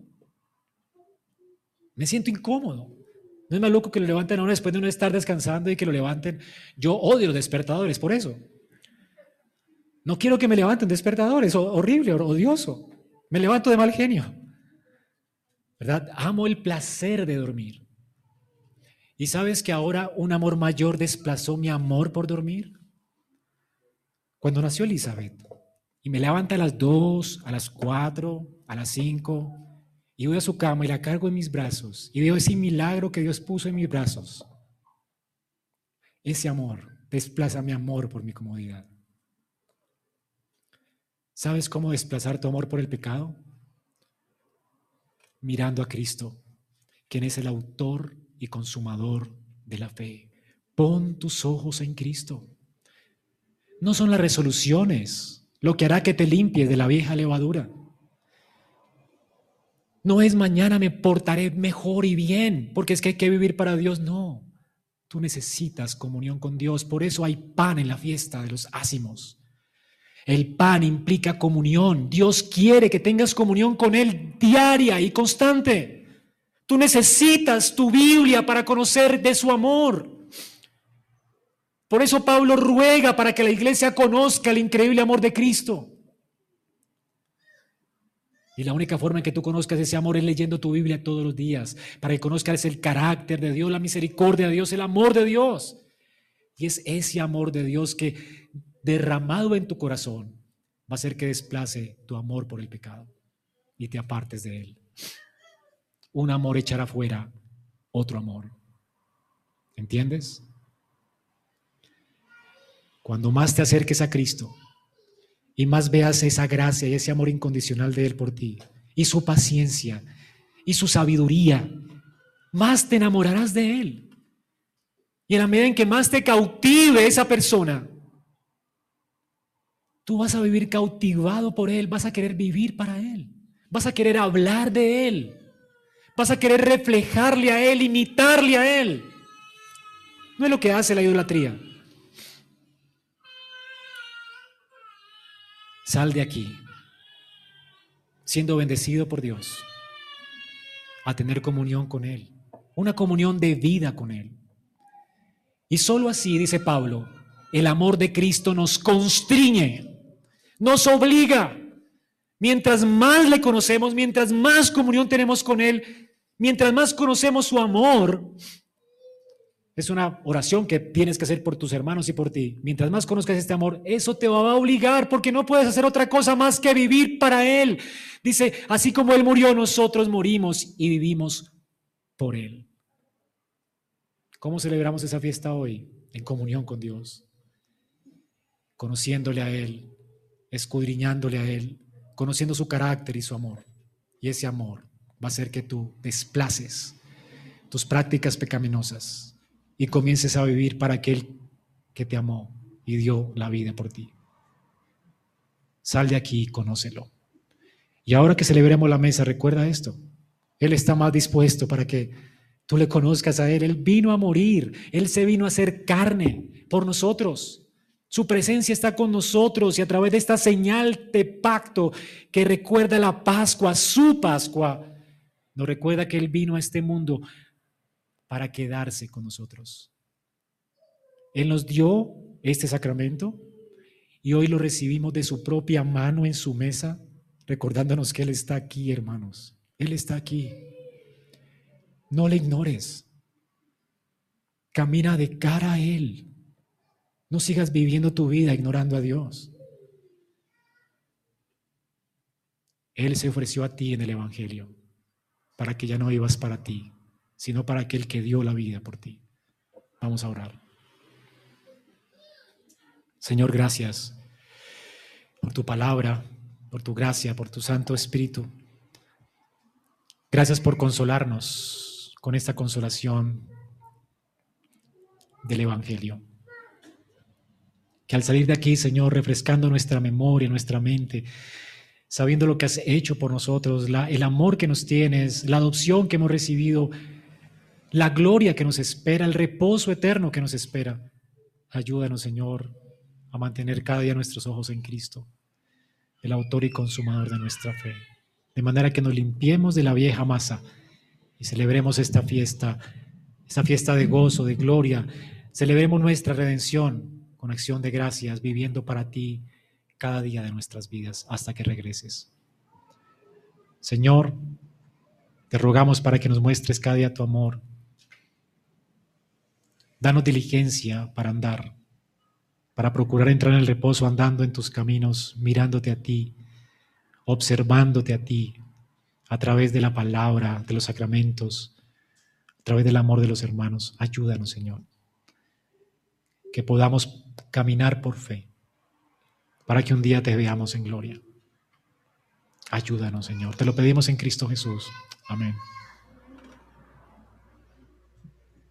Me siento incómodo. No es más loco que lo levanten a uno después de uno estar descansando y que lo levanten. Yo odio los despertadores por eso. No quiero que me levanten despertadores, horrible, odioso. Me levanto de mal genio. ¿Verdad? Amo el placer de dormir. ¿Y sabes que ahora un amor mayor desplazó mi amor por dormir? Cuando nació Elizabeth y me levanta a las 2, a las 4, a las 5 y voy a su cama y la cargo en mis brazos y veo ese milagro que Dios puso en mis brazos. Ese amor desplaza mi amor por mi comodidad. ¿Sabes cómo desplazar tu amor por el pecado? Mirando a Cristo, quien es el autor y consumador de la fe. Pon tus ojos en Cristo. No son las resoluciones lo que hará que te limpies de la vieja levadura. No es mañana me portaré mejor y bien, porque es que hay que vivir para Dios. No, tú necesitas comunión con Dios. Por eso hay pan en la fiesta de los ázimos. El pan implica comunión. Dios quiere que tengas comunión con Él diaria y constante. Tú necesitas tu Biblia para conocer de su amor. Por eso Pablo ruega para que la iglesia conozca el increíble amor de Cristo. Y la única forma en que tú conozcas ese amor es leyendo tu Biblia todos los días, para que conozcas el carácter de Dios, la misericordia de Dios, el amor de Dios. Y es ese amor de Dios que, derramado en tu corazón, va a hacer que desplace tu amor por el pecado y te apartes de él. Un amor echará fuera otro amor. ¿Entiendes? Cuando más te acerques a Cristo y más veas esa gracia y ese amor incondicional de Él por ti, y su paciencia y su sabiduría, más te enamorarás de Él. Y en la medida en que más te cautive esa persona, tú vas a vivir cautivado por Él, vas a querer vivir para Él, vas a querer hablar de Él, vas a querer reflejarle a Él, imitarle a Él. No es lo que hace la idolatría. Sal de aquí, siendo bendecido por Dios, a tener comunión con Él, una comunión de vida con Él. Y solo así, dice Pablo, el amor de Cristo nos constriñe, nos obliga. Mientras más le conocemos, mientras más comunión tenemos con Él, mientras más conocemos su amor, es una oración que tienes que hacer por tus hermanos y por ti. Mientras más conozcas este amor, eso te va a obligar, porque no puedes hacer otra cosa más que vivir para Él. Dice, así como Él murió, nosotros morimos y vivimos por Él. ¿Cómo celebramos esa fiesta hoy? En comunión con Dios, conociéndole a Él, escudriñándole a Él, conociendo su carácter y su amor. Y ese amor va a hacer que tú desplaces tus prácticas pecaminosas y comiences a vivir para aquel que te amó y dio la vida por ti. Sal de aquí y conócelo. Y ahora que celebremos la mesa, recuerda esto. Él está más dispuesto para que tú le conozcas a Él. Él vino a morir. Él se vino a hacer carne por nosotros. Su presencia está con nosotros y a través de esta señal de pacto que recuerda la Pascua, su Pascua, nos recuerda que Él vino a este mundo para quedarse con nosotros. Él nos dio este sacramento y hoy lo recibimos de su propia mano en su mesa, recordándonos que Él está aquí, hermanos. Él está aquí. No le ignores. Camina de cara a Él. No sigas viviendo tu vida ignorando a Dios. Él se ofreció a ti en el Evangelio para que ya no vivas para ti, sino para aquel que dio la vida por ti. Vamos a orar. Señor, gracias por tu palabra, por tu gracia, por tu Santo Espíritu. Gracias por consolarnos con esta consolación del Evangelio. Que al salir de aquí, Señor, refrescando nuestra memoria, nuestra mente, sabiendo lo que has hecho por nosotros, el amor que nos tienes, la adopción que hemos recibido, la gloria que nos espera, el reposo eterno que nos espera. Ayúdanos, Señor, a mantener cada día nuestros ojos en Cristo, el autor y consumador de nuestra fe, de manera que nos limpiemos de la vieja masa y celebremos esta fiesta de gozo, de gloria. Celebremos nuestra redención con acción de gracias, viviendo para ti cada día de nuestras vidas hasta que regreses. Señor, te rogamos para que nos muestres cada día tu amor. Danos diligencia para andar, para procurar entrar en el reposo andando en tus caminos, mirándote a ti, observándote a ti, a través de la palabra, de los sacramentos, a través del amor de los hermanos. Ayúdanos, Señor, que podamos caminar por fe, para que un día te veamos en gloria. Ayúdanos, Señor. Te lo pedimos en Cristo Jesús. Amén.